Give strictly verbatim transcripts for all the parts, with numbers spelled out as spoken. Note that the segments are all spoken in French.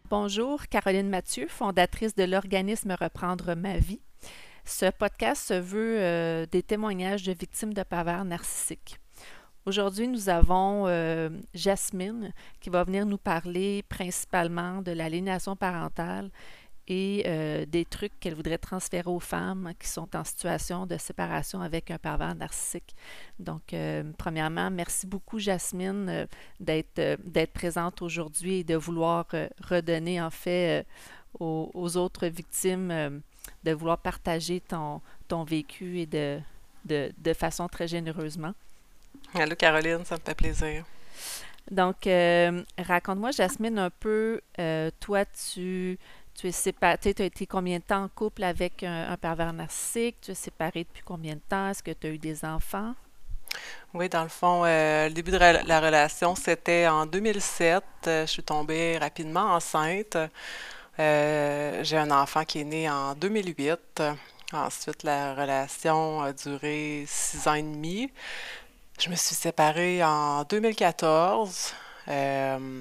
Bonjour, Caroline Mathieu, fondatrice de l'organisme Reprendre ma vie. Ce podcast se veut euh, des témoignages de victimes de pervers narcissiques. Aujourd'hui, nous avons euh, Jasmine qui va venir nous parler principalement de l'aliénation parentale et euh, des trucs qu'elle voudrait transférer aux femmes qui sont en situation de séparation avec un pervers narcissique. Donc, euh, premièrement, merci beaucoup, Jasmine, euh, d'être euh, d'être présente aujourd'hui et de vouloir euh, redonner, en fait, euh, aux, aux autres victimes, euh, de vouloir partager ton, ton vécu et de, de, de façon très généreusement. Allô Caroline, ça me fait plaisir. Donc, euh, raconte-moi, Jasmine, un peu, euh, toi, tu, tu es séparée, tu as été combien de temps en couple avec un, un pervers narcissique? Tu es séparée depuis combien de temps? Est-ce que tu as eu des enfants? Oui, dans le fond, euh, le début de la la relation, c'était en deux mille sept. Euh, je suis tombée rapidement enceinte. Euh, j'ai un enfant qui est né en deux mille huit. Ensuite, la relation a duré six ans et demi. Je me suis séparée en deux mille quatorze. Euh,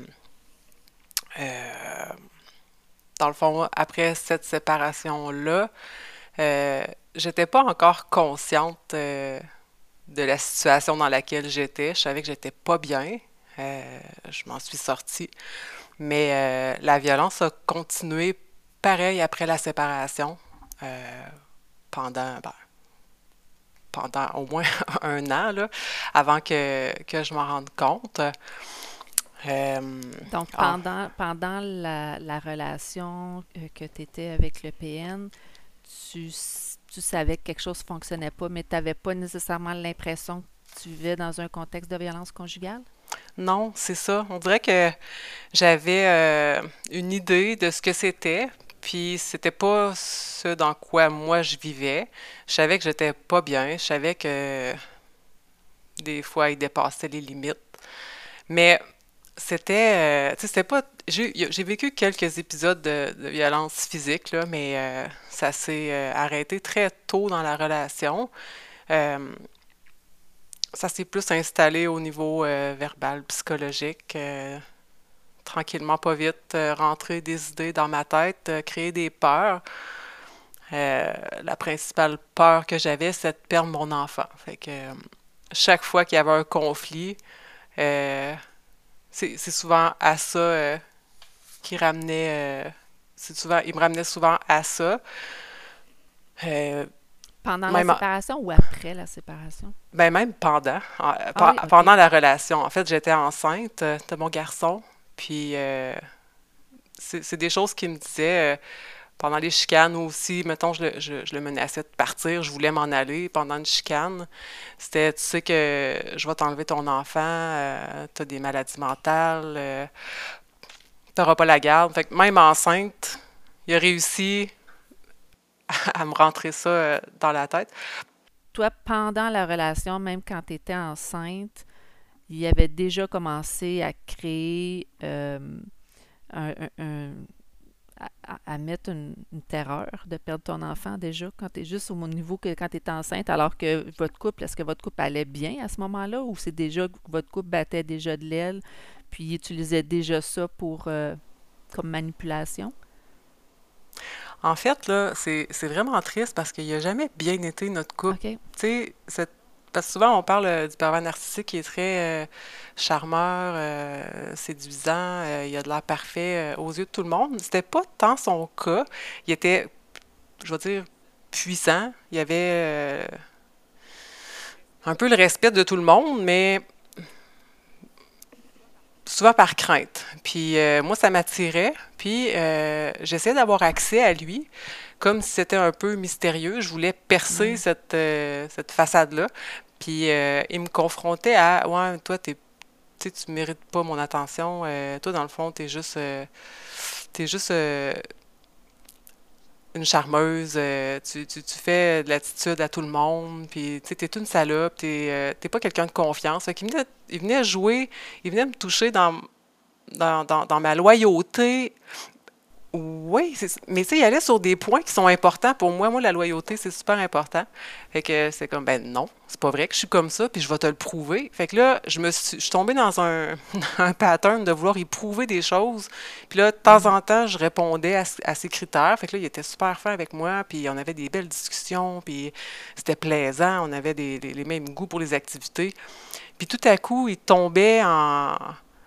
euh, dans le fond, après cette séparation-là, euh, j'étais pas encore consciente euh, de la situation dans laquelle j'étais. Je savais que j'étais pas bien. Euh, je m'en suis sortie. Mais euh, la violence a continué pareil après la séparation, euh, pendant, ben, pendant au moins un an, là, avant que, que je m'en rende compte. Euh, Donc, en- pendant, pendant la, la relation euh, que tu étais avec le P N, tu, s- tu savais que quelque chose ne fonctionnait pas, mais tu n'avais pas nécessairement l'impression que tu vivais dans un contexte de violence conjugale? non, c'est ça. On dirait que j'avais euh, une idée de ce que c'était, puis c'était pas ce dans quoi moi je vivais. Je savais que j'étais pas bien, je savais que des fois il dépassait les limites. Mais c'était, euh, tu sais, c'était pas. J'ai j'ai vécu quelques épisodes de, de violence physique, là, mais euh, ça s'est euh, arrêté très tôt dans la relation. Euh, Ça s'est plus installé au niveau euh, verbal, psychologique. Euh, tranquillement, pas vite, euh, rentrer des idées dans ma tête, euh, créer des peurs. Euh, la principale peur que j'avais, c'est de perdre mon enfant. Fait que euh, chaque fois qu'il y avait un conflit, euh, c'est c'est souvent à ça euh, qui ramenait. Euh, c'est souvent, il me ramenait souvent à ça. Euh, Pendant la même, en- séparation ou après la séparation? ben même pendant, en- Ah pe- oui, OK. pendant la relation. En fait, j'étais enceinte euh, de mon garçon, puis euh, c'est c'est des choses qu'il me disait euh, pendant les chicanes aussi. Mettons, je le, je, je le menaçais de partir, je voulais m'en aller pendant une chicane. C'était, tu sais que je vais t'enlever ton enfant, euh, t'as des maladies mentales, euh, t'auras pas la garde. Fait que même enceinte, il a réussi à me rentrer ça euh, dans la tête. Toi, pendant la relation, même quand tu étais enceinte, il avait déjà commencé à créer euh, un, un- un- à, à- à mettre une, une terreur de perdre ton enfant déjà quand tu es juste au même niveau que quand tu étais enceinte, alors que votre couple, est-ce que votre couple allait bien à ce moment-là ou c'est déjà que votre couple battait déjà de l'aile puis il utilisait déjà ça pour euh, comme manipulation? En fait, là, c'est c'est vraiment triste parce qu'il a jamais bien été notre couple. OK. Tu sais, cette- parce que souvent on parle euh, du pervers narcissique qui est très euh, charmeur, euh, séduisant, euh, il a de l'air parfait euh, aux yeux de tout le monde. C'était pas tant son cas. Il était, je veux dire, puissant. Il avait euh, un peu le respect de tout le monde, mais souvent par crainte. Puis euh, moi, ça m'attirait. Puis euh, j'essayais d'avoir accès à lui, comme si c'était un peu mystérieux. Je voulais percer Ouais. cette, euh, cette façade-là. Puis euh, il me confrontait à ouais, toi, t'es, tu sais, tu mérites pas mon attention. Euh, toi, dans le fond, t'es juste, euh, t'es juste euh, une charmeuse. Euh, tu, tu, tu fais de l'attitude à tout le monde. Puis tu sais, t'es une salope. T'es, euh, t'es pas quelqu'un de confiance. Fait qu'il venait, il venait jouer, il venait me toucher dans dans, dans, dans ma loyauté Oui, c'est s mais tu sais, il allait sur des points qui sont importants pour moi. Moi, la loyauté, c'est super important. Fait que c'est comme: «Ben non, c'est pas vrai que je suis comme ça, puis je vais te le prouver». Fait que là, je me suis je suis tombée dans un un pattern de vouloir y prouver des choses. Puis là, de temps Mhm. en temps, je répondais à c à ses critères. Fait que là, il était super fin avec moi, puis on avait des belles discussions, puis c'était plaisant. On avait des les les mêmes goûts pour les activités. Puis tout à coup, il tombait en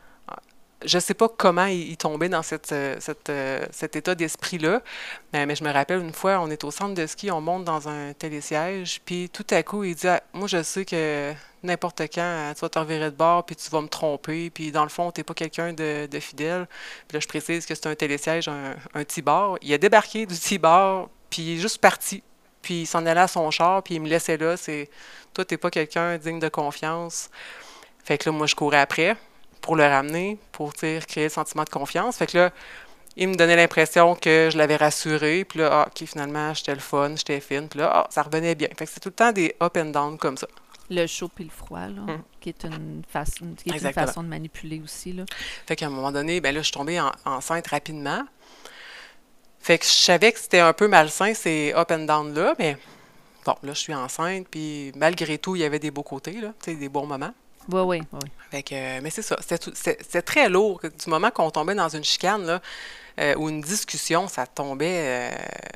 je sais pas comment il, il tombait dans cette, euh, cette, euh, cet état d'esprit-là, mais, mais je me rappelle une fois, on est au centre de ski, on monte dans un télésiège, puis tout à coup, il dit Ah, moi, je sais que n'importe quand, euh, tu vas te revirer de bord, puis tu vas me tromper, puis dans le fond, t'es pas quelqu'un de, de fidèle. Puis là, je précise que c'est un télésiège, un, un T-bar. Il a débarqué du T-bar, puis il est juste parti. Puis il s'en allait à son char, puis il me laissait là. C'est Toi, t'es pas quelqu'un digne de confiance. Fait que là, moi, je courais après pour le ramener, pour tu sais, créer le sentiment de confiance. Fait que là, il me donnait l'impression que je l'avais rassuré. Puis là, ah, OK, finalement, j'étais le fun, j'étais fine. Puis là, ah, ça revenait bien. Fait que c'est tout le temps des up and down comme ça. Le chaud puis le froid, là, Hum, qui est une façon, qui est une exactement. façon de manipuler aussi, là. Fait qu'à un moment donné, ben là, je suis tombée en- enceinte rapidement. Fait que je savais que c'était un peu malsain, ces up and down là, mais bon, là, je suis enceinte, puis malgré tout, il y avait des beaux côtés, là, tu sais, des bons moments. Oui, oui, oui, oui. Fait que, euh, mais c'est ça, c'était tout- c'était c'était très lourd. Du moment qu'on tombait dans une chicane, là, euh, ou une discussion, ça tombait euh,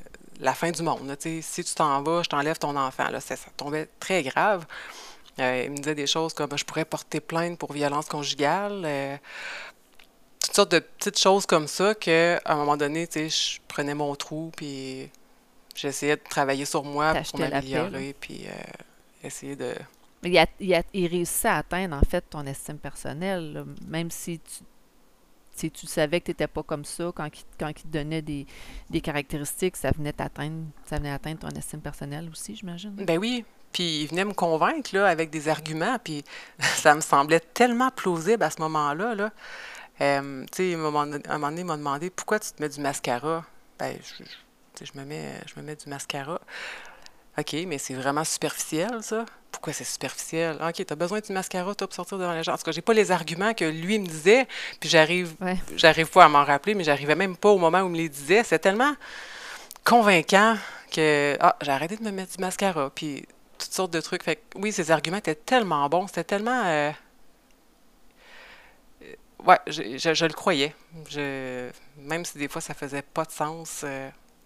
la fin du monde. Là, tu sais. Si tu t'en vas, je t'enlève ton enfant. Là, ça, ça tombait très grave. Euh, il me disait des choses comme je pourrais porter plainte pour violence conjugale. Euh, toutes sortes de petites choses comme ça que, à un moment donné, tu sais, je prenais mon trou, puis j'essayais de travailler sur moi pour T'achetais la paix, là. m'améliorer, puis euh, essayer de... Mais il, a, il, a- il réussissait à atteindre, en fait, ton estime personnelle, là. Même si tu, si tu savais que tu n'étais pas comme ça, quand il, quand il te donnait des, des caractéristiques, ça venait t'atteindre, ça venait atteindre ton estime personnelle aussi, j'imagine. Ben oui, puis il venait me convaincre là, avec des arguments, puis ça me semblait tellement plausible à ce moment-là. Là. Euh, tu sais, à un moment donné, à un moment donné, il m'a demandé pourquoi tu te mets du mascara. Ben, je, je- tu sais, je me mets, je me mets du mascara. OK, mais c'est vraiment superficiel, ça. Pourquoi c'est superficiel? Ah, OK, t'as besoin du mascara, toi, pour sortir devant les gens. En tout cas, j'ai pas les arguments que lui me disait, puis j'arrive, Ouais. j'arrive pas à m'en rappeler, mais j'arrivais même pas au moment où il me les disait. C'est tellement convaincant que ah, j'ai arrêté de me mettre du mascara, puis toutes sortes de trucs. Fait que oui, ces arguments étaient tellement bons, c'était tellement euh, ouais, je, je- je le croyais. Je, même si des fois ça faisait pas de sens. euh,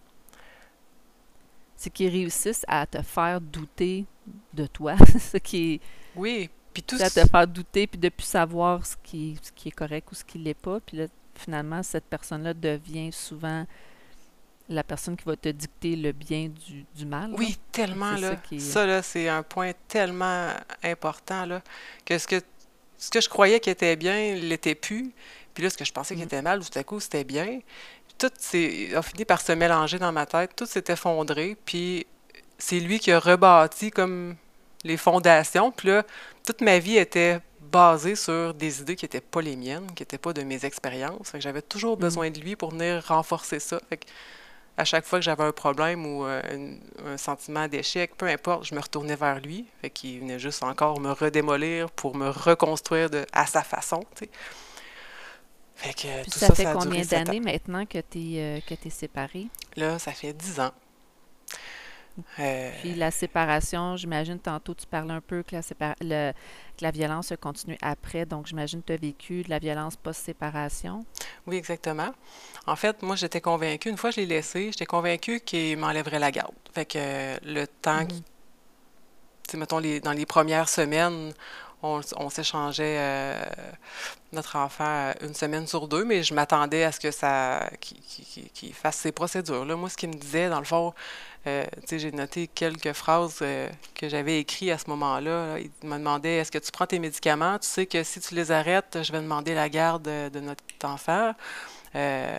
C'est qu'ils réussissent à te faire douter de toi, ce qui est, oui, puis tout tu sais, à te faire douter puis de plus savoir ce qui, ce qui est correct ou ce qui l'est pas. Puis là, finalement, cette personne-là devient souvent la personne qui va te dicter le bien du, du mal, là. oui, Fait que tellement c'est ça là. qui est... Ça là, c'est un point tellement important là que ce que ce que je croyais qui était bien l'était plus. Puis là, ce que je pensais qui Mm. était mal, tout à coup, c'était bien. Tout s'est, a fini par se mélanger dans ma tête. Tout s'est effondré. Puis c'est lui qui a rebâti comme les fondations. Puis là, toute ma vie était basée sur des idées qui n'étaient pas les miennes, qui n'étaient pas de mes expériences. Fait que j'avais toujours Mm. besoin de lui pour venir renforcer ça. Fait que à chaque fois que j'avais un problème ou euh, une- un sentiment d'échec, peu importe, je me retournais vers lui. Fait qu'il venait juste encore me redémolir pour me reconstruire de, à sa façon, tu sais. Fait que euh, Puis tout ça ça, fait ça a duré combien sept ans. d'années maintenant que tu es, que t'es séparé? Là, ça fait dix ans. Euh, Puis la séparation, j'imagine, tantôt tu parlais un peu que la, sépara- le- que la violence a continué après, donc j'imagine que tu as vécu de la violence post-séparation. oui, exactement. En fait, moi, j'étais convaincue, une fois que je l'ai laissé, j'étais convaincue qu'il m'enlèverait la garde. Fait que euh, le temps, qui- Mhm. tu sais, mettons, les, dans les premières semaines, on, on s'échangeait euh, notre enfant euh, une semaine sur deux, mais je m'attendais à ce que ça qu'il qu'il- qu'il- qu'il fasse ses procédures. Là, moi, ce qu'il me disait, dans le fond, euh, tu sais, j'ai noté quelques phrases euh, que j'avais écrites à ce moment-là. Il me demandait, est-ce que tu prends tes médicaments? Tu sais que si tu les arrêtes, je vais demander la garde euh, de notre enfant. Euh,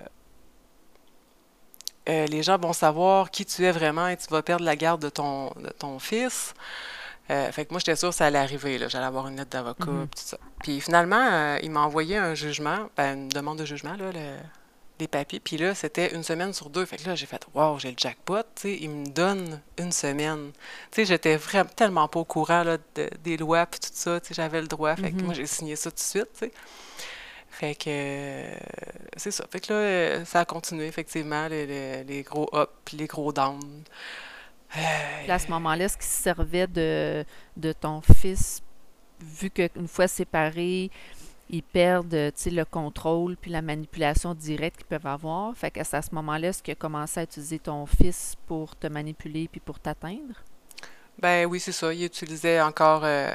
euh, les gens vont savoir qui tu es vraiment et tu vas perdre la garde de ton, de ton fils. Euh, fait que moi, j'étais sûre que ça allait arriver, là. J'allais avoir une lettre d'avocat, Mhm. puis tout ça. Puis finalement, euh, il m'a envoyé un jugement, ben, une demande de jugement, là, le- les papiers. Puis là, c'était une semaine sur deux. Fait que là, j'ai fait, wow, j'ai le jackpot, tu sais, il me donne une semaine. Tu sais, j'étais vraiment tellement pas au courant, là, de- des lois, puis tout ça, tu sais, j'avais le droit. Fait que moi, Mhm. j'ai signé ça tout de suite, tu sais. Fait que euh, c'est ça. Fait que là, euh, ça a continué effectivement, les, les- les gros ups puis les gros downs. Puis là, à Euh, ce moment-là, est-ce qu'il se servait de, de ton fils, vu qu'une fois séparés, ils perdent, euh, tu sais, le contrôle puis la manipulation directe qu'ils peuvent avoir. Fait que c'est à ce moment-là, est-ce qu'il a commencé à utiliser ton fils pour te manipuler puis pour t'atteindre? ben oui, c'est ça. Il utilisait encore euh,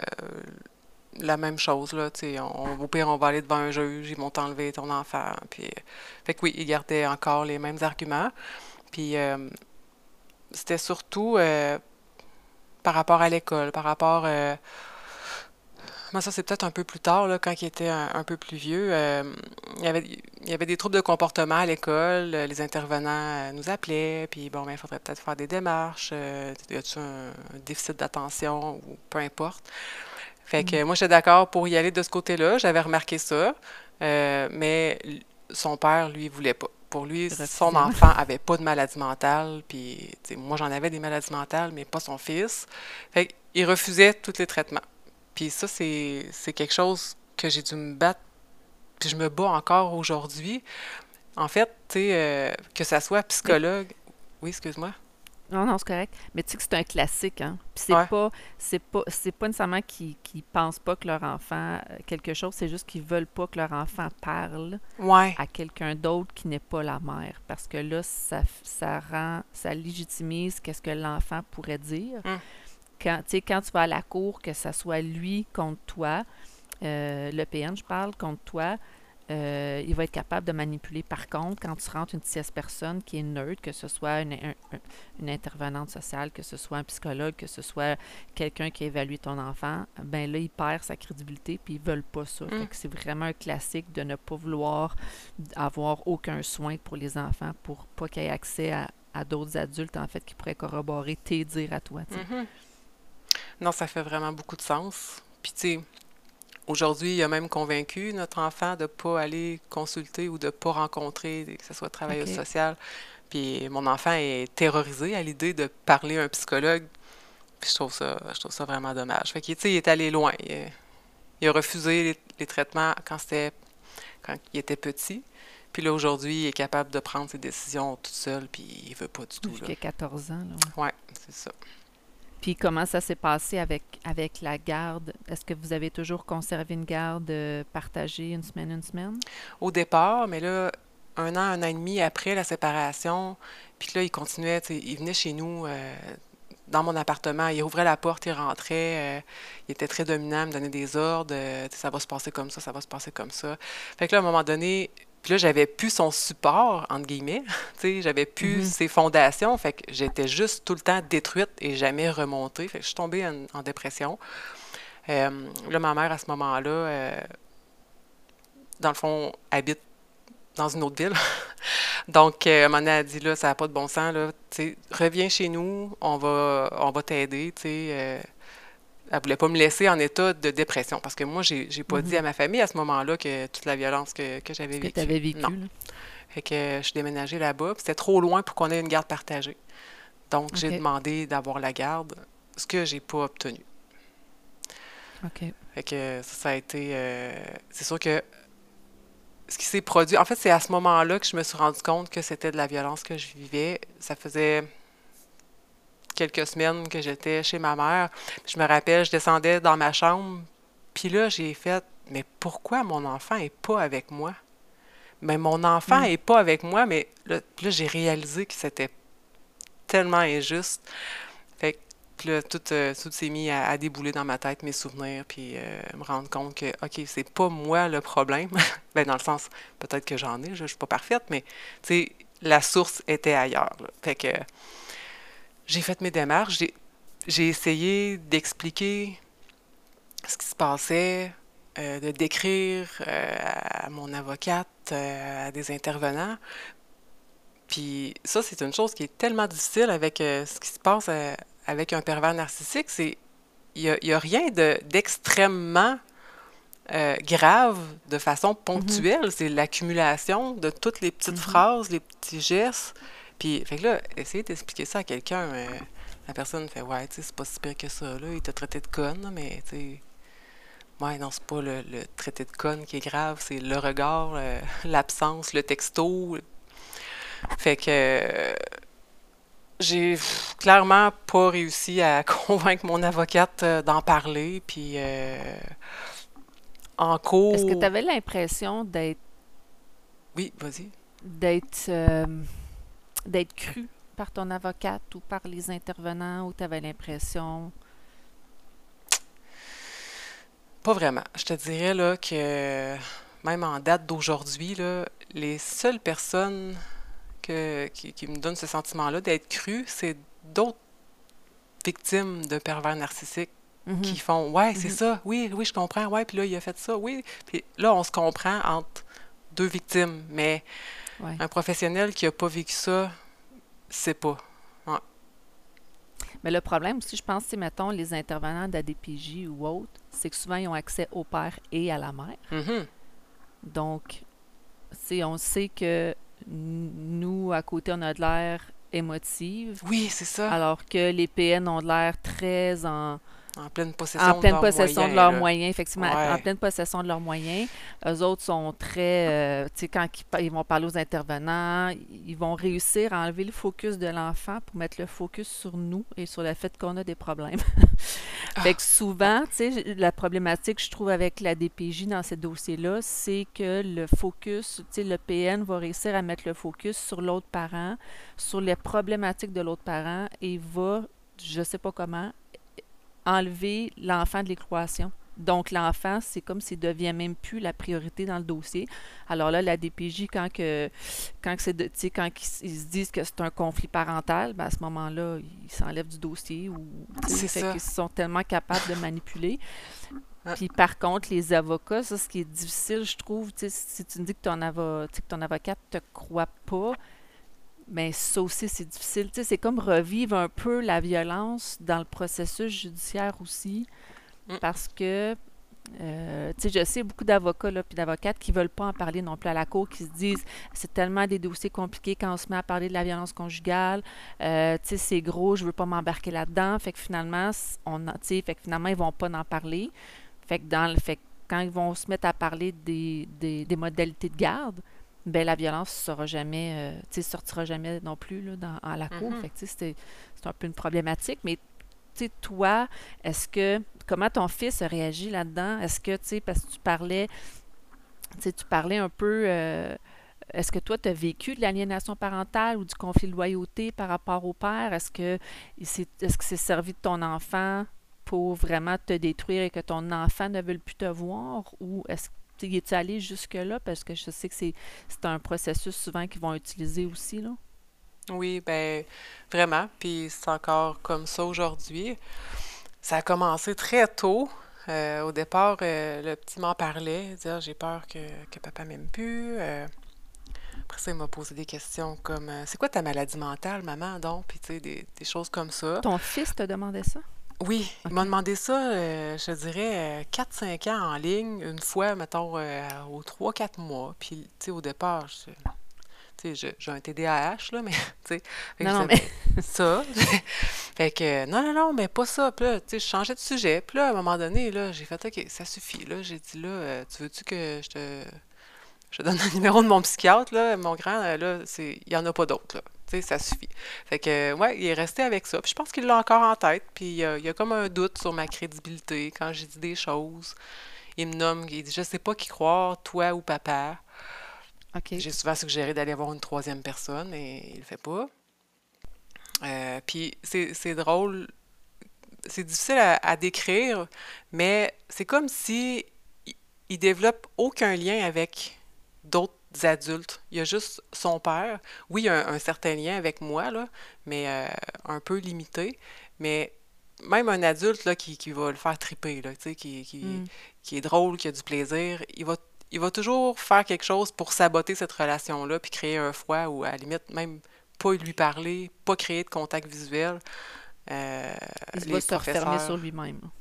la même chose, là. Tu sais, on- au pire, on va aller devant un juge, ils vont t'enlever ton enfant. Puis, euh, fait que oui, il gardait encore les mêmes arguments. Puis euh, c'était surtout euh, par rapport à l'école, par rapport euh, moi, ça, c'est peut-être un peu plus tard, là, quand il était un, un peu plus vieux. Euh, il y avait, il y avait des troubles de comportement à l'école. euh, Les intervenants euh, nous appelaient, puis bon, ben, il faudrait peut-être faire des démarches. Euh, y a-tu un, un déficit d'attention ou peu importe. Fait Mhm. que moi, j'étais d'accord pour y aller de ce côté-là. J'avais remarqué ça. Euh, mais l- son père, lui, voulait pas. Pour lui, Il son refusait, ouais. enfant avait pas de maladie mentale, puis tu sais, moi, j'en avais des maladies mentales, mais pas son fils. Fait qu'il refusait tous les traitements. Puis ça, c'est c'est quelque chose que j'ai dû me battre, puis je me bats encore aujourd'hui. En fait, tu sais, euh, que ça soit Mais psychologue. Oui, excuse-moi. non, non, c'est correct. Mais tu sais que c'est un classique, hein. Puis c'est Ouais, pas, c'est pas, c'est pas nécessairement qu'ils qu'ils pensent pas que leur enfant euh, quelque chose, c'est juste qu'ils veulent pas que leur enfant parle ouais. à quelqu'un d'autre qui n'est pas la mère. Parce que là, ça, ça rend, ça légitimise qu'est-ce que l'enfant pourrait dire. Hum, Quand, tu sais, quand tu vas à la cour, que ça soit lui contre toi, euh, le P N, je parle, contre toi, euh, il va être capable de manipuler. Par contre, quand tu rentres une tierce personne qui est neutre, que ce soit une, un- un- une intervenante sociale, que ce soit un psychologue, que ce soit quelqu'un qui a évalué ton enfant, ben là, il perd sa crédibilité puis ils veulent pas ça. Fait hum. que c'est vraiment un classique de ne pas vouloir avoir aucun soin pour les enfants pour pas qu'ils aient accès à, à d'autres adultes, en fait, qui pourraient corroborer tes dires à toi, tu sais. Mhm. Non, ça fait vraiment beaucoup de sens. Puis tu sais, aujourd'hui, il a même convaincu notre enfant de pas aller consulter ou de pas rencontrer, que ce soit travailleuse OK. sociale. Puis mon enfant est terrorisé à l'idée de parler à un psychologue. Puis je trouve ça, je trouve ça vraiment dommage. Fait qu'il, tu sais, il est allé loin. Il, a il a refusé les, les traitements quand c'était, quand il était petit. Puis là, aujourd'hui, il est capable de prendre ses décisions tout seul, puis il veut pas du tout, là. Jusqu'à quatorze ans, là, ouais. Ouais, c'est ça. Puis comment ça s'est passé avec, avec la garde? Est-ce que vous avez toujours conservé une garde euh, partagée une semaine, une semaine? Au départ, mais là, un an, un an et demi après la séparation, puis là, il continuait, tu sais, il venait chez nous, euh, dans mon appartement, il ouvrait la porte, il rentrait, euh, il était très dominant, il me donnait des ordres, euh, tu sais, ça va se passer comme ça, ça va se passer comme ça. Fait que là, à un moment donné, puis là, j'avais plus son support, entre guillemets, tu sais, j'avais plus Mhm. ses fondations, fait que j'étais juste tout le temps détruite et jamais remontée. Fait que je suis tombée en, en dépression. Euh, là, ma mère, à ce moment-là, euh, dans le fond, habite dans une autre ville. Donc, euh, à un moment donné, elle a dit, là, ça n'a pas de bon sens, là, tu sais, reviens chez nous, on va, on va t'aider, tu sais. euh, elle voulait pas me laisser en état de dépression, parce que moi, j'ai, j'ai pas dit à Mhm. ma famille à ce moment-là que toute la violence que, que Ce j'avais que tu vécue. avais Non. vécu, là. Fait que euh, je suis déménagée là-bas, puis c'était trop loin pour qu'on ait une garde partagée. Donc, j'ai OK. demandé d'avoir la garde, ce que j'ai pas obtenu. OK. Fait que ça, ça a été... euh, c'est sûr que ce qui s'est produit... En fait, c'est à ce moment-là que je me suis rendu compte que c'était de la violence que je vivais. Ça faisait quelques semaines que j'étais chez ma mère. Puis je me rappelle, je descendais dans ma chambre, puis là, j'ai fait, mais pourquoi mon enfant est pas avec moi? Mais mon enfant Mm. est pas avec moi, mais là, puis là, j'ai réalisé que c'était tellement injuste. Fait que puis là, tout, euh, tout s'est mis à, à débouler dans ma tête, mes souvenirs, puis euh, me rendre compte que, OK, c'est pas moi le problème. Ben, dans le sens, peut-être que j'en ai, je, je suis pas parfaite, mais, tu sais, la source était ailleurs, là. Fait que j'ai fait mes démarches, j'ai j'ai essayé d'expliquer ce qui se passait, euh, de décrire euh, à mon avocate, euh, à des intervenants. Puis ça, c'est une chose qui est tellement difficile avec euh, ce qui se passe euh, avec un pervers narcissique, c'est il y a, il y a rien de d'extrêmement euh, grave de façon Mhm. ponctuelle. C'est l'accumulation de toutes les petites Mhm. phrases, les petits gestes. Puis, fait que là, essayer d'expliquer ça à quelqu'un, euh, la personne fait, ouais, tu sais, c'est pas si pire que ça, là. Il t'a traité de conne, mais, tu sais, Ouais, non, c'est pas le, le traité de conne qui est grave, c'est le regard, euh, l'absence, le texto. Fait que euh, j'ai pff, clairement pas réussi à convaincre mon avocate euh, d'en parler. Puis euh, en Est-ce que tu cours, avais l'impression d'être oui, vas-y. d'être euh, d'être cru par ton avocate ou par les intervenants ou tu avais l'impression... Pas vraiment. Je te dirais là que même en date d'aujourd'hui, là, les seules personnes que, qui, qui me donnent ce sentiment-là d'être cru, c'est d'autres victimes de pervers narcissiques qui Mhm, font ouais, c'est mhm. ça, oui, oui, je comprends, ouais, puis là, il a fait ça, oui. Puis là, on se comprend entre deux victimes, mais Ouais. un professionnel qui a pas vécu ça, c'est pas. Ouais. Mais le problème aussi, je pense, c'est, mettons, les intervenants d'A D P J ou autres, c'est que souvent, ils ont accès au père et à la mère. Mhm. Donc, c'est, on sait que nous, à côté, on a de l'air émotive, Oui, c'est ça. alors que les P N ont de l'air très en, En pleine en possession de pleine leurs possession de moyens, leurs là. moyens, effectivement, en Ouais. pleine possession de leurs moyens. Eux autres sont très, euh, tu sais, quand ils, pa- ils vont parler aux intervenants, ils vont réussir à enlever le focus de l'enfant pour mettre le focus sur nous et sur le fait qu'on a des problèmes. Fait Ah, que ouais. souvent, tu sais, la problématique, je trouve, avec la D P J dans ces dossiers-là, c'est que le focus, tu sais, le P N va réussir à mettre le focus sur l'autre parent, sur les problématiques de l'autre parent et va, je sais pas comment, enlever l'enfant de l'équation. Donc, l'enfant, c'est comme s'il devient même plus la priorité dans le dossier. Alors là, la D P J, quand que, quand que c'est de- tu sais, quand ils, ils se disent que c'est un conflit parental, ben à ce moment-là, ils s'enlèvent du dossier ou, tu sais, C'est fait ça. qu'ils sont tellement capables de manipuler. Ah, Puis par contre, les avocats, ça, ce qui est difficile, je trouve, tu sais, si tu me dis que ton ava, tu sais, que ton avocate te croit pas, mais ça aussi, c'est difficile. Tu sais, c'est comme revivre un peu la violence dans le processus judiciaire aussi, mm. parce que, euh, tu sais, je sais beaucoup d'avocats là, puis d'avocates qui veulent pas en parler non plus à la cour, qui se disent c'est tellement des dossiers compliqués quand on se met à parler de la violence conjugale, euh, tu sais, c'est gros, je veux pas m'embarquer là-dedans. Fait que finalement, s- on, a- tu sais, fait que finalement, ils vont pas en parler. Fait que dans le fait que quand ils vont se mettre à parler des, des, des modalités de garde, ben la violence sera jamais, euh, tu sais, sortira jamais non plus là, dans, à la cour. Mhm. Fait que tu sais, c'est c'est un peu une problématique. Mais tu sais, toi, est-ce que comment ton fils a réagi là-dedans? Est-ce que, tu sais, parce que tu parlais, tu sais, tu parlais un peu, euh, est-ce que toi, tu as vécu de l'aliénation parentale ou du conflit de loyauté par rapport au père? Est-ce que il s'est- est-ce que c'est servi de ton enfant pour vraiment te détruire et que ton enfant ne veut plus te voir? Ou est-ce que tu es allé jusque-là? Parce que je sais que c'est c'est un processus souvent qu'ils vont utiliser aussi, là. Oui, ben vraiment. Puis c'est encore comme ça aujourd'hui. Ça a commencé très tôt. Euh, au départ, euh, le petit m'en parlait, il disait, ah, j'ai peur que, que papa m'aime plus. Euh, après ça, il m'a posé des questions comme euh, c'est quoi ta maladie mentale, maman, donc? Puis tu sais, des, des choses comme ça. Ton fils te demandait ça? Oui, il m'a OK. demandé ça, euh, je dirais, euh, quatre cinq ans en ligne, une fois, mettons, euh, aux trois quatre mois. Puis, tu sais, au départ, je- tu sais, je- j'ai un T D A H, là, mais, tu sais, fait que Non, je non, disais, mais ben, ça. Fait que, non, non, non, mais pas ça. Puis là, tu sais, je changeais de sujet. Puis là, à un moment donné, là, j'ai fait, OK, ça suffit. Là, j'ai dit, là, euh, tu veux-tu que je te, je te donne le numéro de mon psychiatre, là, mon grand, euh, là, c'est, il y en a pas d'autres, là. Tu sais, ça suffit. Fait que, ouais, il est resté avec ça. Puis je pense qu'il l'a encore en tête. Puis euh, il y a comme un doute sur ma crédibilité quand j'ai dit des choses. Il me nomme, il dit, je sais pas qui croire, toi ou papa. OK. J'ai souvent suggéré d'aller voir une troisième personne, mais il le fait pas. Euh, puis c'est c'est drôle, c'est difficile à, à décrire, mais c'est comme si il, il développe aucun lien avec d'autres adultes. Il y a juste son père. Oui, il y a un, un certain lien avec moi, là, mais euh, un peu limité. Mais même un adulte là, qui, qui va le faire triper, là, tu sais, qui, qui, Hmm. qui est drôle, qui a du plaisir, il va, il va toujours faire quelque chose pour saboter cette relation-là, puis créer un froid ou à la limite même pas lui parler, pas créer de contact visuel. Euh, Il va les se refermer professeurs. sur lui-même, là,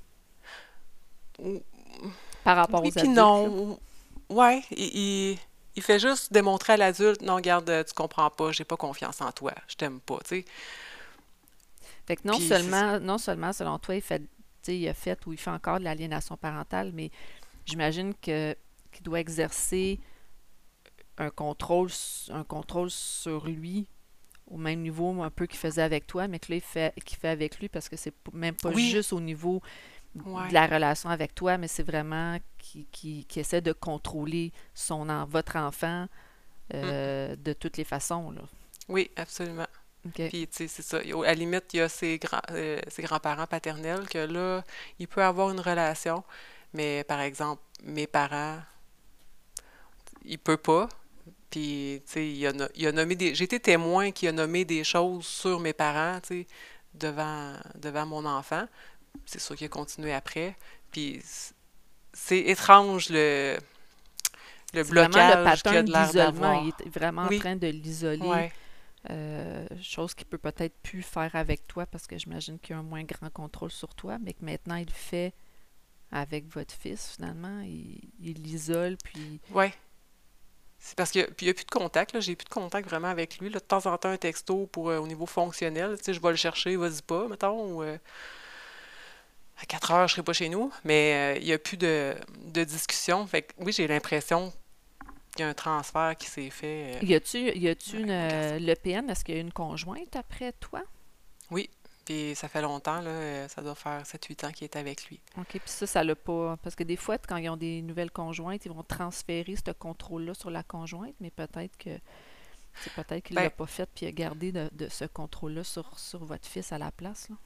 ou- par rapport Oui, aux puis adultes, là. non. Ouais, il, il, il fait juste démontrer à l'adulte, non, regarde, euh, tu comprends pas, j'ai pas confiance en toi, je t'aime pas, tu sais. Fait que non Puis c'est ça. seulement, non seulement, selon toi, il fait tu sais, il a fait ou il fait encore de l'aliénation parentale, mais j'imagine que qu'il doit exercer un contrôle, s- un contrôle sur lui au même niveau un peu qu'il faisait avec toi, mais que là, il fait, qu'il fait avec lui parce que c'est p- même pas Oui, juste au niveau de ouais. la relation avec toi, mais c'est vraiment qui, qui, qui essaie de contrôler son en- votre enfant Mm. euh, de toutes les façons, là. Oui, absolument. OK. Puis, tu sais, c'est ça. Il y a- À la limite, il y a ses grands, euh, ses grands-parents paternels que là, il peut avoir une relation, mais par exemple, mes parents, il peut pas. Puis, tu sais, il a, no- il a nommé des... J'ai été témoin qu'il a nommé des choses sur mes parents, tu sais, devant, devant mon enfant. C'est sûr qu'il a continué après. Puis, c- c'est étrange le, le C'est vraiment le blocage qu'il a pattern de l'air d'isolement. Il d'avoir. est vraiment en Oui, train de l'isoler, ouais. euh, chose qu'il peut peut-être plus faire avec toi parce que j'imagine qu'il a un moins grand contrôle sur toi, mais que maintenant il le fait avec votre fils, finalement. Il il l'isole, puis... Ouais. C'est parce qu'il n'y a, plus de contact, là. J'ai plus de contact vraiment avec lui. Là. De temps en temps, un texto pour euh, au niveau fonctionnel. Tu sais, je vais le chercher, vas-y pas, mettons. Ou, euh, à quatre heures, je serai pas chez nous. Mais euh, il n'y a plus de, de discussion. Fait que oui, j'ai l'impression qu'il y a un transfert qui s'est fait Y a-tu, y a-tu euh, une, avec mon garçon. euh, l'E P N, est-ce qu'il y a une conjointe après toi? Oui. Puis ça fait longtemps, là. euh, Ça doit faire sept huit ans qu'il est avec lui. OK, puis ça, ça l'a pas... Parce que des fois, quand ils ont des nouvelles conjointes, ils vont transférer ce contrôle-là sur la conjointe, mais peut-être que c'est peut-être qu'il l'a Ben, pas fait puis il a gardé de, de ce contrôle-là sur, sur votre fils à la place, là.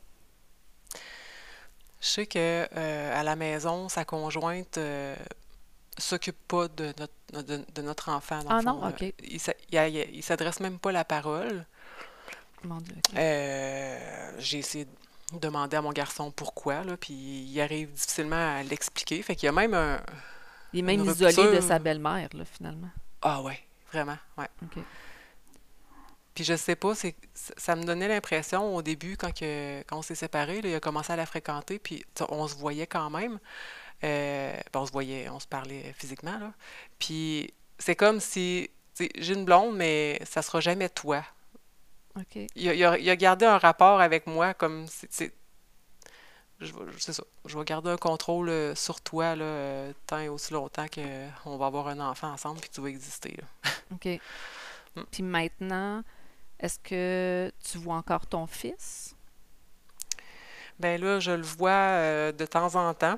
je sais que euh, à la maison, sa conjointe euh, s'occupe pas de notre, de, de notre enfant, dans le Ah non, fond. Euh, OK. il s'a- il a- il s'adresse même pas la parole. Mon Dieu, OK. Euh, j'ai essayé de demander à mon garçon pourquoi, là, puis il arrive difficilement à l'expliquer. Fait qu'il y a même un- Il est une même isolé de sa rupture. belle-mère, là, finalement. Ah ouais, vraiment, ouais. OK. Puis je sais pas, c'est, ça me donnait l'impression au début, quand, que, quand on s'est séparés, là, il a commencé à la fréquenter, puis tu sais, on se voyait quand même. Euh, ben, on se voyait, on se parlait physiquement, là. Puis c'est comme si, tu sais, j'ai une blonde, mais ça sera jamais toi. OK. Il a, il a- il a gardé un rapport avec moi comme si, tu sais, je vais- c'est ça. Je vais garder un contrôle euh, sur toi là, euh, tant et aussi longtemps qu'on va avoir un enfant ensemble puis que tu vas exister. Là. OK. Mm. Puis maintenant, est-ce que tu vois encore ton fils? Ben là, je le vois euh, de temps en temps.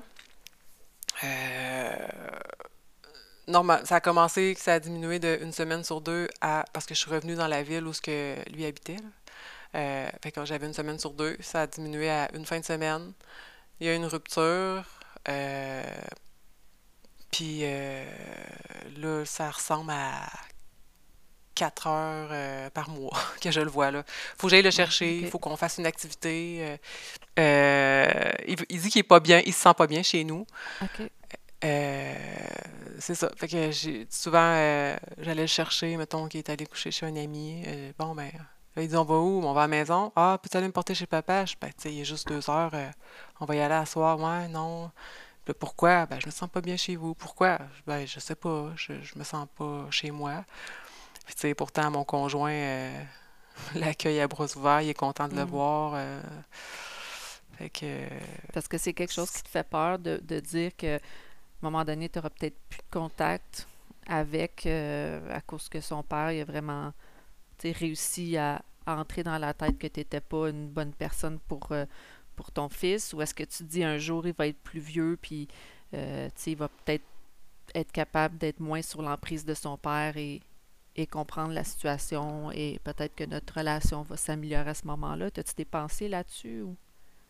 Euh, normal, ça a commencé, que ça a diminué d'une semaine sur deux à parce que je suis revenue dans la ville où ce que lui habitait. Là. Euh, fait que j'avais une semaine sur deux, ça a diminué à une fin de semaine. Il y a eu une rupture. Euh, puis euh, là, ça ressemble à quatre heures euh, par mois que je le vois là. Faut que j'aille le Ouais, chercher, il OK. faut qu'on fasse une activité. euh, euh, il, il dit qu'il est pas bien, il se sent pas bien chez nous. OK. Euh, c'est ça. Fait que j'ai souvent euh, j'allais le chercher, mettons qu'il est allé coucher chez un ami. Euh, bon ben là, il dit on va où? On va à la maison. Ah, peux-tu aller me porter chez papa? Je, ben, tu sais, il est juste deux heures. euh, on va y aller à soir. Ouais, non. Puis là, pourquoi? Ben, je me sens pas bien chez vous. Pourquoi? Ben, je sais pas. Je, je me sens pas chez moi. Puis, tu sais, pourtant, mon conjoint euh, l'accueille à bras ouverts. Il est content de le Hmm. voir. euh, fait que. euh, Parce que c'est quelque chose qui c'est- te fait peur de, de dire que à un moment donné, tu n'auras peut-être plus de contact avec, euh, à cause que son père, il a vraiment tu sais, réussi à, à entrer dans la tête que tu n'étais pas une bonne personne pour, euh, pour ton fils, ou est-ce que tu te dis un jour il va être plus vieux, puis euh, tu sais, il va peut-être être capable d'être moins sur l'emprise de son père et, et comprendre la situation, et peut-être que notre relation va s'améliorer à ce moment-là. T'as-tu des pensées là-dessus? Ou...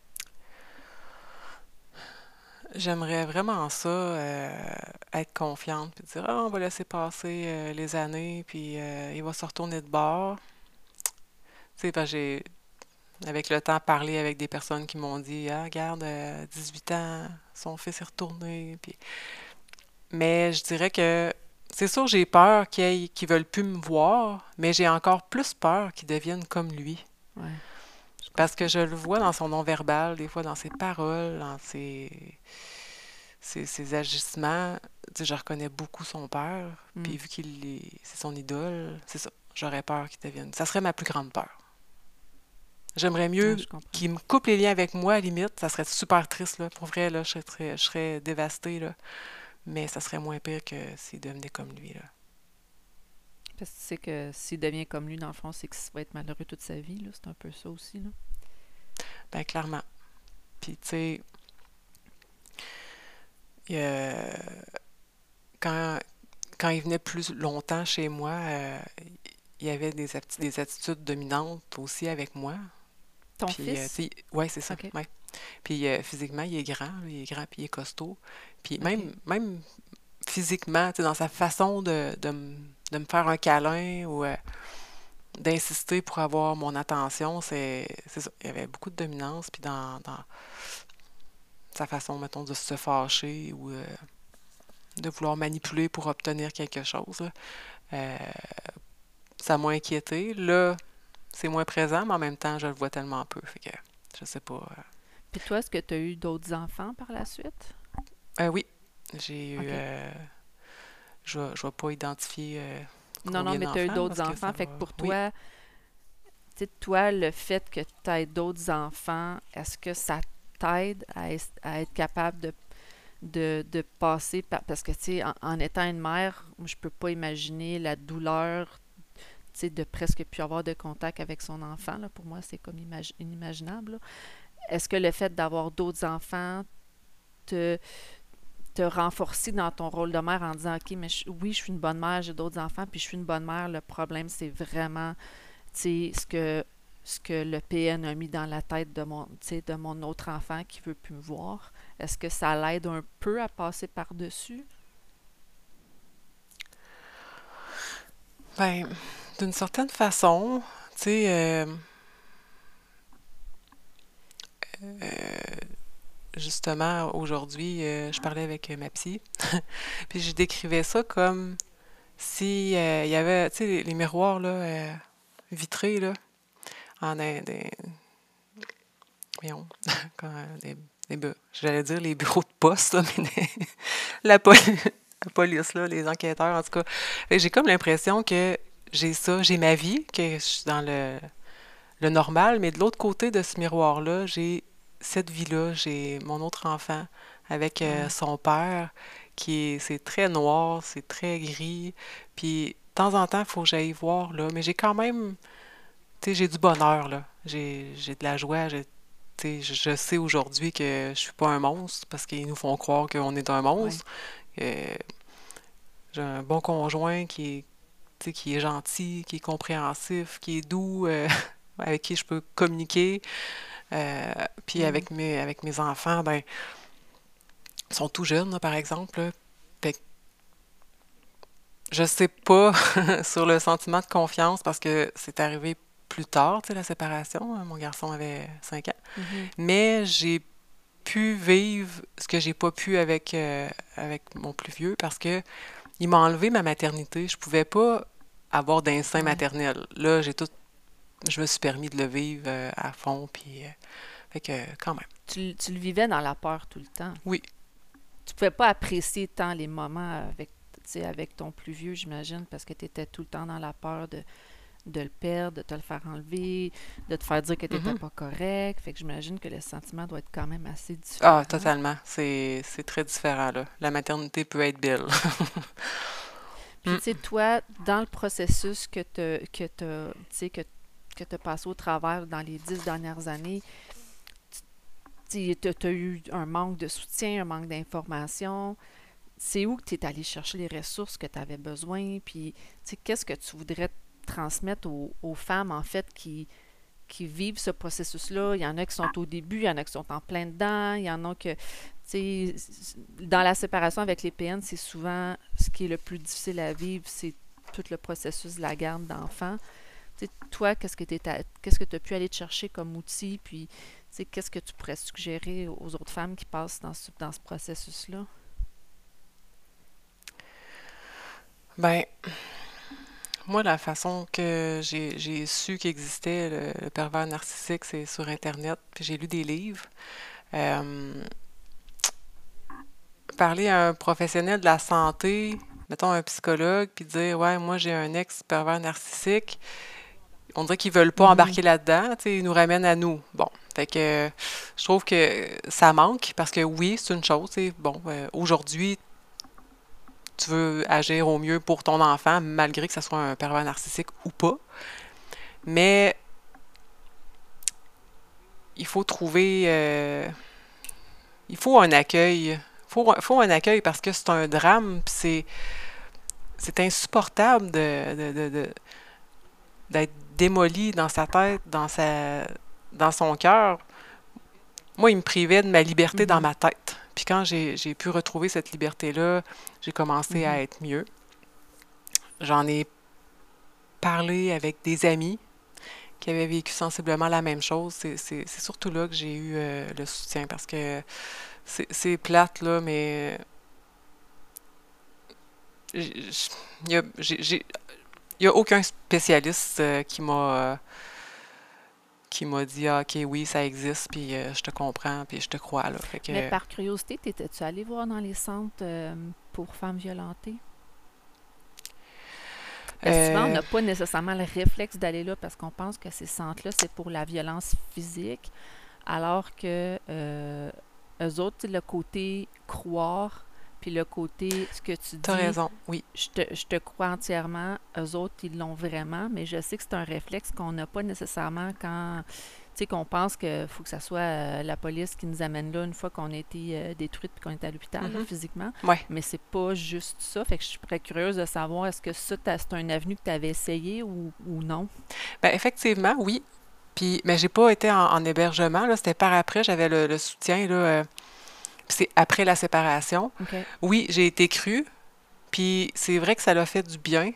J'aimerais vraiment ça, euh, être confiante, puis dire, ah, on va laisser passer euh, les années, puis euh, il va se retourner de bord. Tu sais, parce que j'ai, avec le temps, parlé avec des personnes qui m'ont dit, ah, regarde, euh, dix-huit ans, son fils est retourné. Puis... Mais je dirais que c'est sûr, j'ai peur qu'ils qu'ils veulent plus me voir, mais j'ai encore plus peur qu'ils deviennent comme lui. Ouais, je Parce que comprends. je le vois dans son non-verbal, des fois dans ses paroles, dans ses, ses, ses agissements. Tu sais, je reconnais beaucoup son père, Hmm. puis vu qu'il est, c'est son idole, c'est ça. J'aurais peur qu'il devienne. Ça serait ma plus grande peur. J'aimerais Ah, mieux je comprends. qu'il me coupe les liens avec moi, à la limite. Ça serait super triste, là. Pour vrai, là, je serais, très- je serais dévastée, là. Mais ça serait moins pire que s'il devenait comme lui, là. Parce que tu sais que s'il devient comme lui, dans le fond, c'est qu'il va être malheureux toute sa vie, là. C'est un peu ça aussi, là. Ben, clairement. Puis, tu sais, il, euh, quand, quand il venait plus longtemps chez moi, euh, il y avait des, apti- des attitudes dominantes aussi avec moi. Ton Puis, euh, fils? tu sais, ouais, c'est ça, OK. ouais. Puis, euh, physiquement, il est grand, là, il est grand, puis il est costaud. Puis, OK. même, même physiquement, tu sais, dans sa façon de, de, me de me faire un câlin ou euh, d'insister pour avoir mon attention, c'est c'est ça. Il y avait beaucoup de dominance, puis dans, dans sa façon, mettons, de se fâcher ou euh, de vouloir manipuler pour obtenir quelque chose, là. Euh, Ça m'a inquiété. Là, c'est moins présent, mais en même temps, je le vois tellement peu. Fait que, je sais pas. euh. Puis toi, est-ce que tu as eu d'autres enfants par la suite? Euh, oui, j'ai eu. OK. euh, je vais, je vais pas identifier euh, Non, non, combien mais tu as eu d'enfants d'autres parce que enfants. ça Fait que va. pour Oui. toi, tu sais, toi, le fait que tu aies d'autres enfants, est-ce que ça t'aide à, es- à être capable de, de, de passer par... Parce que, tu sais, en, en étant une mère, je peux pas imaginer la douleur, tu sais, de presque plus avoir de contact avec son enfant, là. Pour moi, c'est comme imagi- inimaginable, là. Est-ce que le fait d'avoir d'autres enfants te, te renforcer dans ton rôle de mère en disant, OK, mais je- oui, je suis une bonne mère, j'ai d'autres enfants, puis je suis une bonne mère. Le problème, c'est vraiment, tu sais, ce que, ce que le P N a mis dans la tête de mon, tu sais, de mon autre enfant qui veut plus me voir. Est-ce que ça l'aide un peu à passer par-dessus? Ben, d'une certaine façon, tu sais, euh, justement, aujourd'hui, euh, je parlais avec euh, ma psy, puis je décrivais ça comme si euh, il y avait, tu sais, les, les miroirs là, euh, vitrés là, en un- des, voyons, quand, euh, des, des bu- j'allais dire les bureaux de poste, là, mais des- la, poli- la police là, les enquêteurs en tout cas. Fait que j'ai comme l'impression que j'ai ça, j'ai ma vie, que je suis dans le, le normal, mais de l'autre côté de ce miroir-là, j'ai cette vie-là, j'ai mon autre enfant avec euh, Ouais. son père, qui est, c'est très noir, c'est très gris, puis de temps en temps, il faut que j'aille voir, là, mais j'ai quand même, tu sais, j'ai du bonheur, là, j'ai, j'ai de la joie, j'ai, tu sais, je, je sais aujourd'hui que je suis pas un monstre, parce qu'ils nous font croire qu'on est un Ouais. monstre. Euh, j'ai un bon conjoint qui est, tu sais, qui est gentil, qui est compréhensif, qui est doux, euh, avec qui je peux communiquer. Euh, puis Mhm. avec mes, avec mes enfants, ben, ils sont tout jeunes, là, par exemple. Là. Fait que je sais pas sur le sentiment de confiance parce que c'est arrivé plus tard, tu sais, la séparation. Hein. Mon garçon avait cinq ans. Mhm. Mais j'ai pu vivre ce que j'ai pas pu avec, euh, avec mon plus vieux parce que il m'a enlevé ma maternité. Je pouvais pas avoir d'instinct Ouais. maternel. Là, j'ai tout, je me suis permis de le vivre euh, à fond, puis euh, fait que quand même. Tu, tu le vivais dans la peur tout le temps. Oui. Tu pouvais pas apprécier tant les moments avec, tu sais, avec ton plus vieux, j'imagine, parce que tu étais tout le temps dans la peur de, de le perdre, de te le faire enlever, de te faire dire que tu n'étais Mhm. pas correct. Fait que j'imagine que le sentiment doit être quand même assez Ah, différent. totalement. C'est, c'est très différent, là. La maternité peut être belle. Puis, Mm. tu sais, toi, dans le processus que tu que t'as- tu sais, que, que tu as passé au travers dans les dix dernières années, tu as eu un manque de soutien, un manque d'information. C'est où que tu es allé chercher les ressources que tu avais besoin? Puis, tu sais, qu'est-ce que tu voudrais transmettre aux, aux femmes, en fait, qui, qui vivent ce processus-là? Il y en a qui sont au début, il y en a qui sont en plein dedans, il y en a que, tu sais, dans la séparation avec les P N, c'est souvent ce qui est le plus difficile à vivre, c'est tout le processus de la garde d'enfants. Tu sais, toi, qu'est-ce que tu qu'est-ce que tu as pu aller te chercher comme outil, puis, tu sais, qu'est-ce que tu pourrais suggérer aux autres femmes qui passent dans ce, dans ce processus-là? Ben, moi, la façon que j'ai, j'ai su qu'existait le, le pervers narcissique, c'est sur Internet. Puis j'ai lu des livres. Euh, Parler à un professionnel de la santé, mettons un psychologue, puis dire, ouais, moi j'ai un ex pervers narcissique. on dirait qu'ils veulent pas Mhm. embarquer là-dedans, tu sais, ils nous ramènent à nous. Bon, fait que euh, je trouve que ça manque parce que oui, c'est une chose, tu sais, bon, euh, aujourd'hui, tu veux agir au mieux pour ton enfant, malgré que ce soit un pervers narcissique ou pas, mais il faut trouver, euh, il faut un accueil. Il faut, faut un accueil parce que c'est un drame, puis c'est, c'est insupportable de, de, de, de- d'être démoli dans sa tête, dans sa, dans son cœur. Moi, il me privait de ma liberté dans Mhm. ma tête. Puis quand j'ai, j'ai pu retrouver cette liberté-là, j'ai commencé Mhm. à être mieux. J'en ai parlé avec des amis qui avaient vécu sensiblement la même chose. C'est, c'est, c'est surtout là que j'ai eu euh, le soutien parce que c'est, c'est plate, là, mais il n'y a, j'ai- j'ai- y a aucun spécialiste euh, qui m'a euh, qui m'a dit ah, OK, oui, ça existe, puis euh, je te comprends, puis je te crois. Là. Fait Mais que, par curiosité, t'étais-tu allé voir dans les centres euh, pour femmes violentées? Parce que souvent, on euh, n'a pas nécessairement le réflexe d'aller là parce qu'on pense que ces centres-là, c'est pour la violence physique, alors que euh, eux autres, le côté croire, puis le côté, ce que tu T'as dis, raison, oui. je te, je te crois entièrement, eux autres, ils l'ont vraiment, mais je sais que c'est un réflexe qu'on n'a pas nécessairement quand, tu sais, qu'on pense qu'il faut que ça soit euh, la police qui nous amène là une fois qu'on a été euh, détruite puis qu'on est à l'hôpital, là, Mhm. physiquement. Ouais. Mais c'est pas juste ça. Fait que je suis très curieuse de savoir, est-ce que ça, t'as- c'est un avenue que tu avais essayé ou, ou non? Ben, effectivement, oui. Puis, mais j'ai pas été en, en hébergement, là. C'était par après, j'avais le, le soutien, là. Euh, puis c'est après la séparation. OK. Oui, j'ai été crue, puis c'est vrai que ça l'a fait du bien.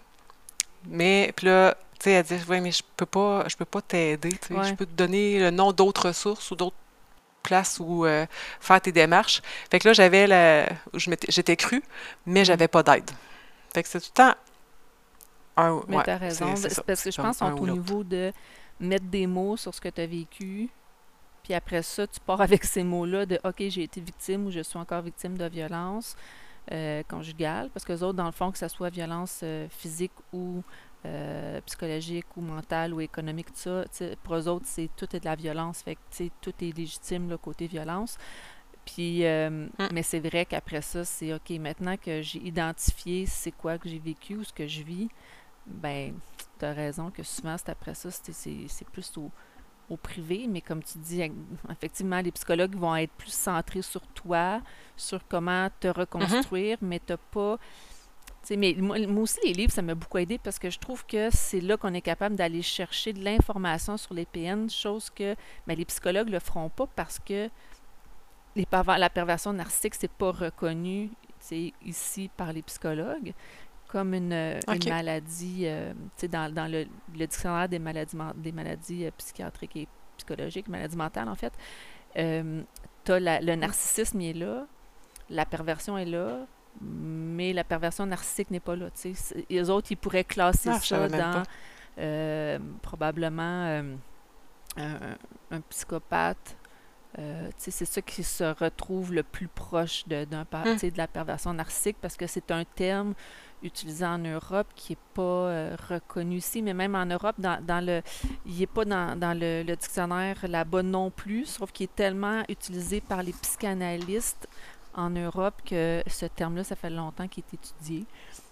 Mais, puis là, tu sais, elle dit, ouais, mais je peux pas, je peux pas t'aider, tu sais. Je Ouais. peux te donner le nom d'autres ressources ou d'autres places où euh, faire tes démarches. Fait que là, j'avais la, je m'étais- j'étais crue, mais Mm. j'avais pas d'aide. Fait que c'est tout le temps un, Mais ouais, tu as c'est raison. c'est C'est ça. parce que C'est je comme pense qu'ils un sont ou au l'autre. niveau de mettre des mots sur ce que tu as vécu. Puis après ça, tu pars avec ces mots-là de OK, j'ai été victime ou je suis encore victime de violence euh, conjugale. Parce que les autres, dans le fond, que ce soit violence euh, physique ou euh, psychologique ou mentale ou économique, tout ça, tu sais, pour eux autres, c'est tout est de la violence. Fait que tu sais, tout est légitime, le côté violence. Puis, euh, Mm. mais c'est vrai qu'après ça, c'est OK, maintenant que j'ai identifié c'est quoi que j'ai vécu ou ce que je vis, ben, tu as raison que souvent, c'est après ça, c'est c'est- c'est plus au, au privé, mais comme tu dis, effectivement, les psychologues vont être plus centrés sur toi, sur comment te Mhm. reconstruire, mais t'as pas. Tu sais, mais moi, moi aussi, les livres, ça m'a beaucoup aidé parce que je trouve que c'est là qu'on est capable d'aller chercher de l'information sur les P N, chose que ben, les psychologues ne le feront pas parce que les perver- la perversion narcissique, c'est pas reconnu tu sais, ici par les psychologues comme une, euh, une OK. maladie, euh, tu sais, dans, dans le, le dictionnaire des maladies, men- des maladies euh, psychiatriques et psychologiques, maladies mentales en fait, euh, t'as la- le Mm. narcissisme il est là, la perversion est là, mais la perversion narcissique n'est pas là. Tu sais. C'est- Les autres, ils pourraient classer Ah, je savais ça même pas. dans euh, probablement euh, un, un psychopathe. Euh, tu sais, c'est ça qui se retrouve le plus proche de, d'un, per- tu Mm. sais, de la perversion narcissique parce que c'est un terme utilisé en Europe qui n'est pas euh, reconnu ici, mais même en Europe, dans, dans le, il n'est pas dans, dans le, le dictionnaire là-bas non plus, sauf qu'il est tellement utilisé par les psychanalystes en Europe que ce terme-là, ça fait longtemps qu'il est étudié.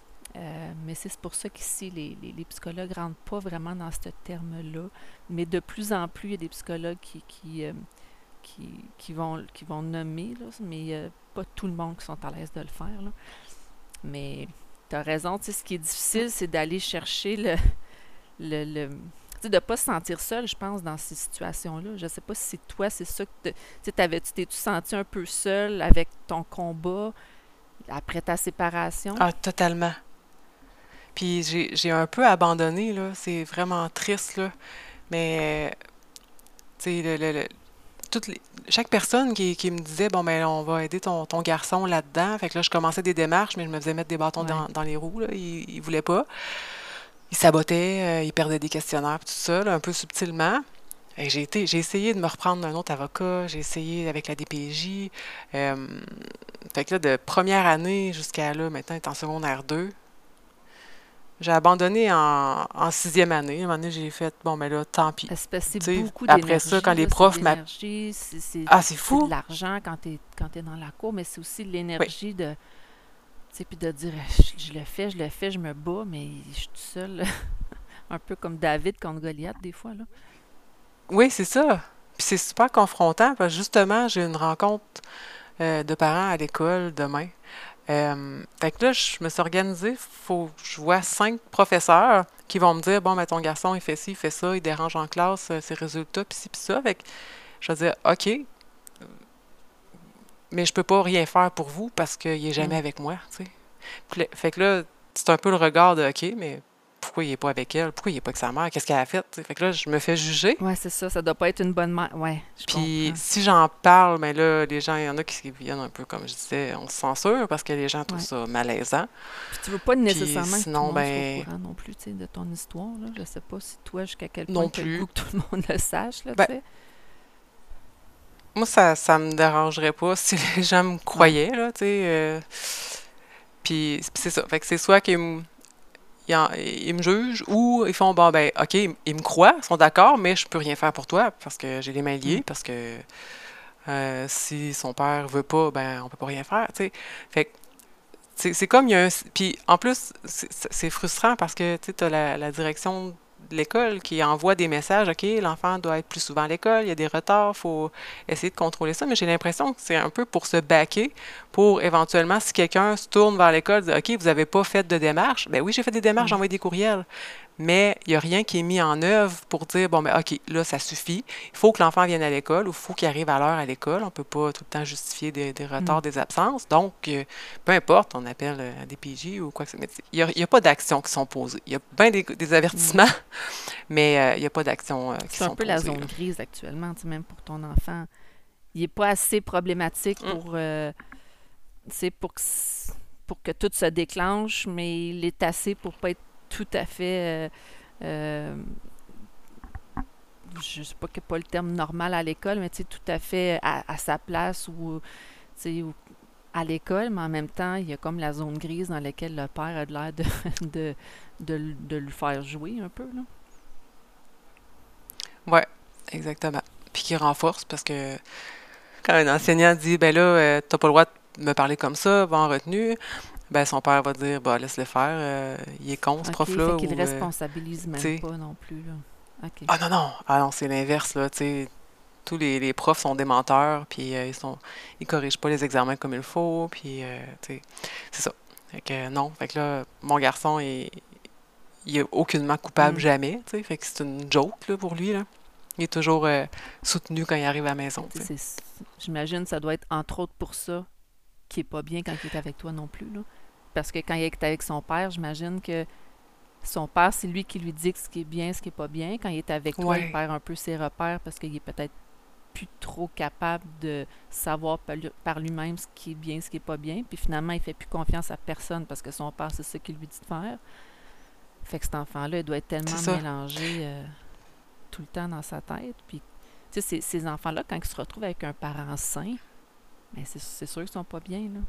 Euh, mais c'est pour ça qu'ici, les, les, les psychologues ne rentrent pas vraiment dans ce terme-là. Mais de plus en plus, il y a des psychologues qui, qui, euh, qui, qui vont, qui vont nommer, là, mais euh, pas tout le monde qui sont à l'aise de le faire. Là. Mais tu as raison, tu sais, ce qui est Mm. difficile, c'est d'aller chercher le. le, le tu sais, de ne pas se sentir seul, je pense, dans ces situations-là. Je ne sais pas si toi, c'est ça que te- tu sais, t'avais- tu t'es-tu senti un peu seul avec ton combat après ta séparation? Ah, totalement. Puis j'ai j'ai un peu abandonné, là. C'est vraiment triste, là. Mais, tu sais, le, le- le- toutes les- chaque personne qui, qui me disait, bon, ben, on va aider ton, ton garçon là-dedans. Fait que là, je commençais des démarches, mais je me faisais mettre des bâtons Ouais. dans, dans les roues, là. Il, il voulait pas. Il sabotait, euh, il perdait des questionnaires, puis tout ça, là, un peu subtilement. Et j'ai été, j'ai essayé de me reprendre un autre avocat, j'ai essayé avec la D P J. Euh, fait que là, de première année jusqu'à là, maintenant, il est en secondaire deux. j'ai abandonné en, en sixième année. À un moment donné, j'ai fait, bon, mais là, tant pis. Parce que c'est Tu sais, beaucoup après ça, quand d'énergie, les là, c'est de profs m'appellent, l'énergie, c'est c'est- ah, c'est c'est de fou! l'argent quand t'es quand t'es dans la cour, mais c'est aussi de Oui, l'énergie de, tu sais, puis de dire, je, je le fais, je le fais, je me bats, mais je suis tout seul, un peu comme David contre Goliath des fois, là. oui, c'est ça. Puis c'est super confrontant parce que justement, j'ai une rencontre euh, de parents à l'école demain. Euh, fait que là, je me suis organisée. Faut que je vois cinq professeurs qui vont me dire, bon, ben, ton garçon, il fait ci, il fait ça, il dérange en classe, euh, ses résultats, puis ci, puis ça. Fait que je vais dire, OK, mais je peux pas rien faire pour vous parce qu'il est jamais Hmm. avec moi, tu sais. Puis là- fait que là, c'est un peu le regard de, OK, mais pourquoi il est pas avec elle? Pourquoi il est pas avec sa mère? Qu'est-ce qu'elle a fait? Tu sais. Fait que là, je me fais juger. Ouais, c'est ça, ça doit pas être une bonne mère. Ouais, je Puis comprends. si j'en parle, mais là, les gens, il y en a qui viennent un peu, comme je disais, on se censure parce que les gens trouvent Ouais. ça malaisant. Puis tu veux pas Puis nécessairement que tout le sinon, monde soit au ben, courant non plus, tu sais, de ton histoire, là. Je sais pas si toi, jusqu'à quel point non tu as le goût plus. que tout le monde le sache, là, tu Ben, sais. moi, ça, ça me dérangerait pas si les gens me Ouais. croyaient, là, tu sais. euh, puis c'est ça. Fait que c'est soit qu'ils me, ils en- ils me jugent ou ils font, bon, ben, OK, ils, ils me croient, ils sont d'accord, mais je peux rien faire pour toi parce que j'ai les mains Hmm. liées, parce que euh, si son père veut pas, ben, on peut pas rien faire, tu sais. Fait que c'est c'est comme il y a un. Puis en plus, c'est c'est frustrant parce que tu as la, la direction de l'école qui envoie des messages, OK, l'enfant doit être plus souvent à l'école, il y a des retards, il faut essayer de contrôler ça, mais j'ai l'impression que c'est un peu pour se baquer, pour éventuellement, si quelqu'un se tourne vers l'école, dire, OK, vous n'avez pas fait de démarche, ben oui, j'ai fait des démarches, j'ai Hmm. envoyé des courriels, mais il n'y a rien qui est mis en œuvre pour dire, bon, ben OK, là, ça suffit, il faut que l'enfant vienne à l'école ou il faut qu'il arrive à l'heure à l'école, on ne peut pas tout le temps justifier des, des Hmm. retards, des absences, donc, euh, peu importe, on appelle euh, des P J ou quoi que ce soit, mais il n'y a, il y a pas d'actions qui sont posées. Il y a bien des, des Hmm. avertissements, mais euh, il n'y a pas d'actions euh, qui C'est un sont peu la posées, zone là. grise actuellement, tu sais, même pour ton enfant. Il est pas assez problématique Mm. pour, euh, tu sais, pour que, s- pour que tout se déclenche, mais il est assez pour pas être tout à fait, euh, euh, je sais pas que pas le terme normal à l'école, mais tu sais, tout à fait à, à sa place ou, tu sais, ou à l'école, mais en même temps, il y a comme la zone grise dans laquelle le père a de l'air de, de, de, l- de le faire jouer un peu, là. Ouais, exactement. Puis qui renforce parce que quand un enseignant dit, ben là, euh, t'as pas le droit de me parler comme ça, va en retenue, ben son père va dire, bah laisse-le faire, euh, il est con ce OK, fait prof-là, qu'il le ou, euh, responsabilise tu même sais. pas non plus, là. OK. Ah non, non, ah non, c'est l'inverse, là, tu sais. Tous les, les profs sont des menteurs, puis euh, ils sont, ils corrigent pas les examens comme il faut, puis, euh, tu sais, c'est ça. Fait que non, fait que là, mon garçon, il, il est aucunement coupable Hmm. jamais, tu sais, fait que c'est une joke, là, pour lui, là. Il est toujours euh, soutenu quand il arrive à la maison, Tu tu sais. sais, c'est- j'imagine que ça doit être entre autres pour ça qu'il est pas bien quand il est avec toi non plus, là. Parce que quand il est avec son père, j'imagine que son père, c'est lui qui lui dit ce qui est bien, ce qui est pas bien. Quand il est avec toi, il Ouais, perd un peu ses repères parce qu'il est peut-être plus trop capable de savoir par lui- par lui-même ce qui est bien, ce qui est pas bien. Puis finalement, il fait plus confiance à personne parce que son père, c'est ce qu'il lui dit de faire. Fait que cet enfant-là, il doit être c'est tellement ça. mélangé euh, tout le temps dans sa tête. Puis, tu sais, ces, ces enfants-là, quand ils se retrouvent avec un parent sain, ben c'est c'est sûr qu'ils sont pas bien, là.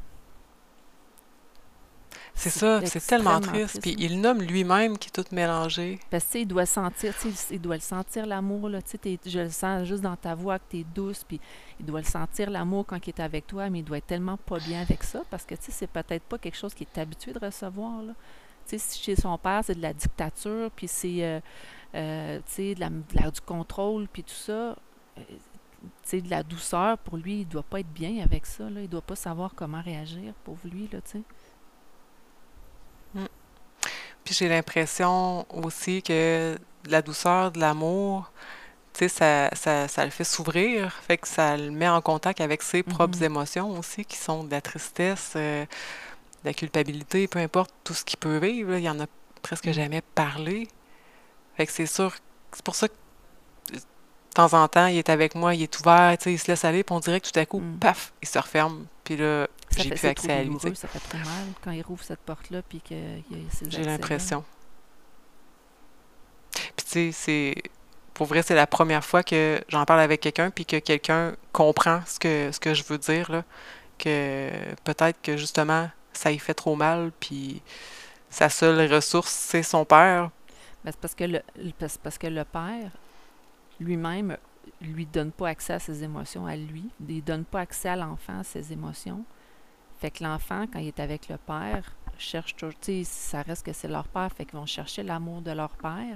C'est C'est ça, puis c'est tellement extrêmement triste. triste, Puis là. il nomme lui-même qui est tout mélangé. Parce que, tu sais, il doit sentir, tu sais, il doit le sentir l'amour, là, tu sais, t'es- je le sens juste dans ta voix que tu es douce, puis il doit le sentir l'amour quand il est avec toi, mais il doit être tellement pas bien avec ça, parce que, tu sais, c'est peut-être pas quelque chose qu'il est habitué de recevoir, là. Tu sais, si chez son père, c'est de la dictature, puis c'est, euh, euh, tu sais, de la, de la- du contrôle, puis tout ça, euh, tu sais, de la douceur, pour lui, il doit pas être bien avec ça, là. Il doit pas savoir comment réagir, pour lui, là, tu sais. Mm. Puis j'ai l'impression aussi que de la douceur, de l'amour, tu sais, ça, ça, ça le fait s'ouvrir, fait que ça le met en contact avec ses propres Mhm. émotions aussi, qui sont de la tristesse, euh, de la culpabilité, peu importe tout ce qu'il peut vivre, là, il en a presque Mm. jamais parlé. Fait que c'est sûr, c'est pour ça que de temps en temps, il est avec moi, il est ouvert, tu sais, il se laisse aller, puis on dirait que tout à coup, Mm. paf, il se referme, puis là, Ça j'ai fait, plus c'est trop accès à lui, tu douloureux, sais. ça fait trop mal quand il rouvre cette porte-là puis qu'il y a ces J'ai accès-là. l'impression. Puis tu sais, c'est pour vrai, c'est la première fois que j'en parle avec quelqu'un puis que quelqu'un comprend ce que ce que je veux dire là, que peut-être que justement ça y fait trop mal puis sa seule ressource, c'est son père. Ben, c'est parce que le, le- parce, parce que le père, lui-même, lui donne pas accès à ses émotions à lui. Il donne pas accès à l'enfant à ses émotions. Fait que l'enfant, quand il est avec le père, cherche toujours, tu sais, ça reste que c'est leur père, fait qu'ils vont chercher l'amour de leur père.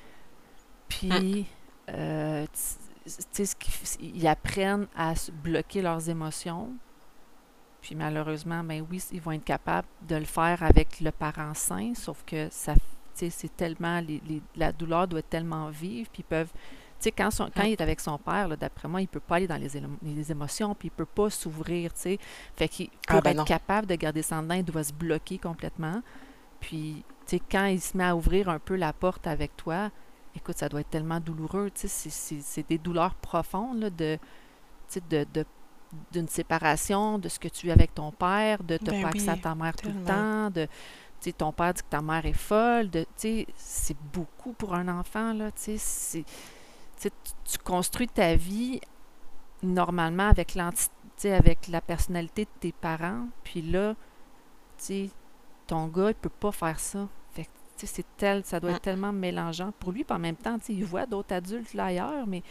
Hum. Puis, euh, tu tu sais, ce qu'ils- ils apprennent à se bloquer leurs émotions. Puis malheureusement, ben oui, ils vont être capables de le faire avec le parent sain, sauf que ça, tu sais, c'est tellement, les, les- la douleur doit être tellement vive, puis ils peuvent, tu sais, quand, son- quand Hum. il est avec son père, là, d'après moi, il peut pas aller dans les, élo- les émotions, puis il peut pas s'ouvrir, tu sais. Fait qu'il, Ah pour ben être non. capable de garder ça en dedans, il doit se bloquer complètement. Puis, tu sais, quand il se met à ouvrir un peu la porte avec toi, écoute, ça doit être tellement douloureux, tu sais, c'est c'est- c'est des douleurs profondes, là, de, tu sais, de, de d'une séparation, de ce que tu es avec ton père, de t'as Ben pas accès à oui, ta mère tout le tellement. temps, de, tu sais, ton père dit que ta mère est folle, de, tu sais, c'est beaucoup pour un enfant, là, tu sais, c'est- tu sais, tu- tu construis ta vie normalement avec l'anti, tu sais, avec la personnalité de tes parents, puis là, tu sais, ton gars, il peut pas faire ça. Fait que, tu sais, c'est tel, ça doit Hum. être tellement mélangeant pour lui, puis en même temps, tu sais, il voit d'autres adultes là ailleurs, mais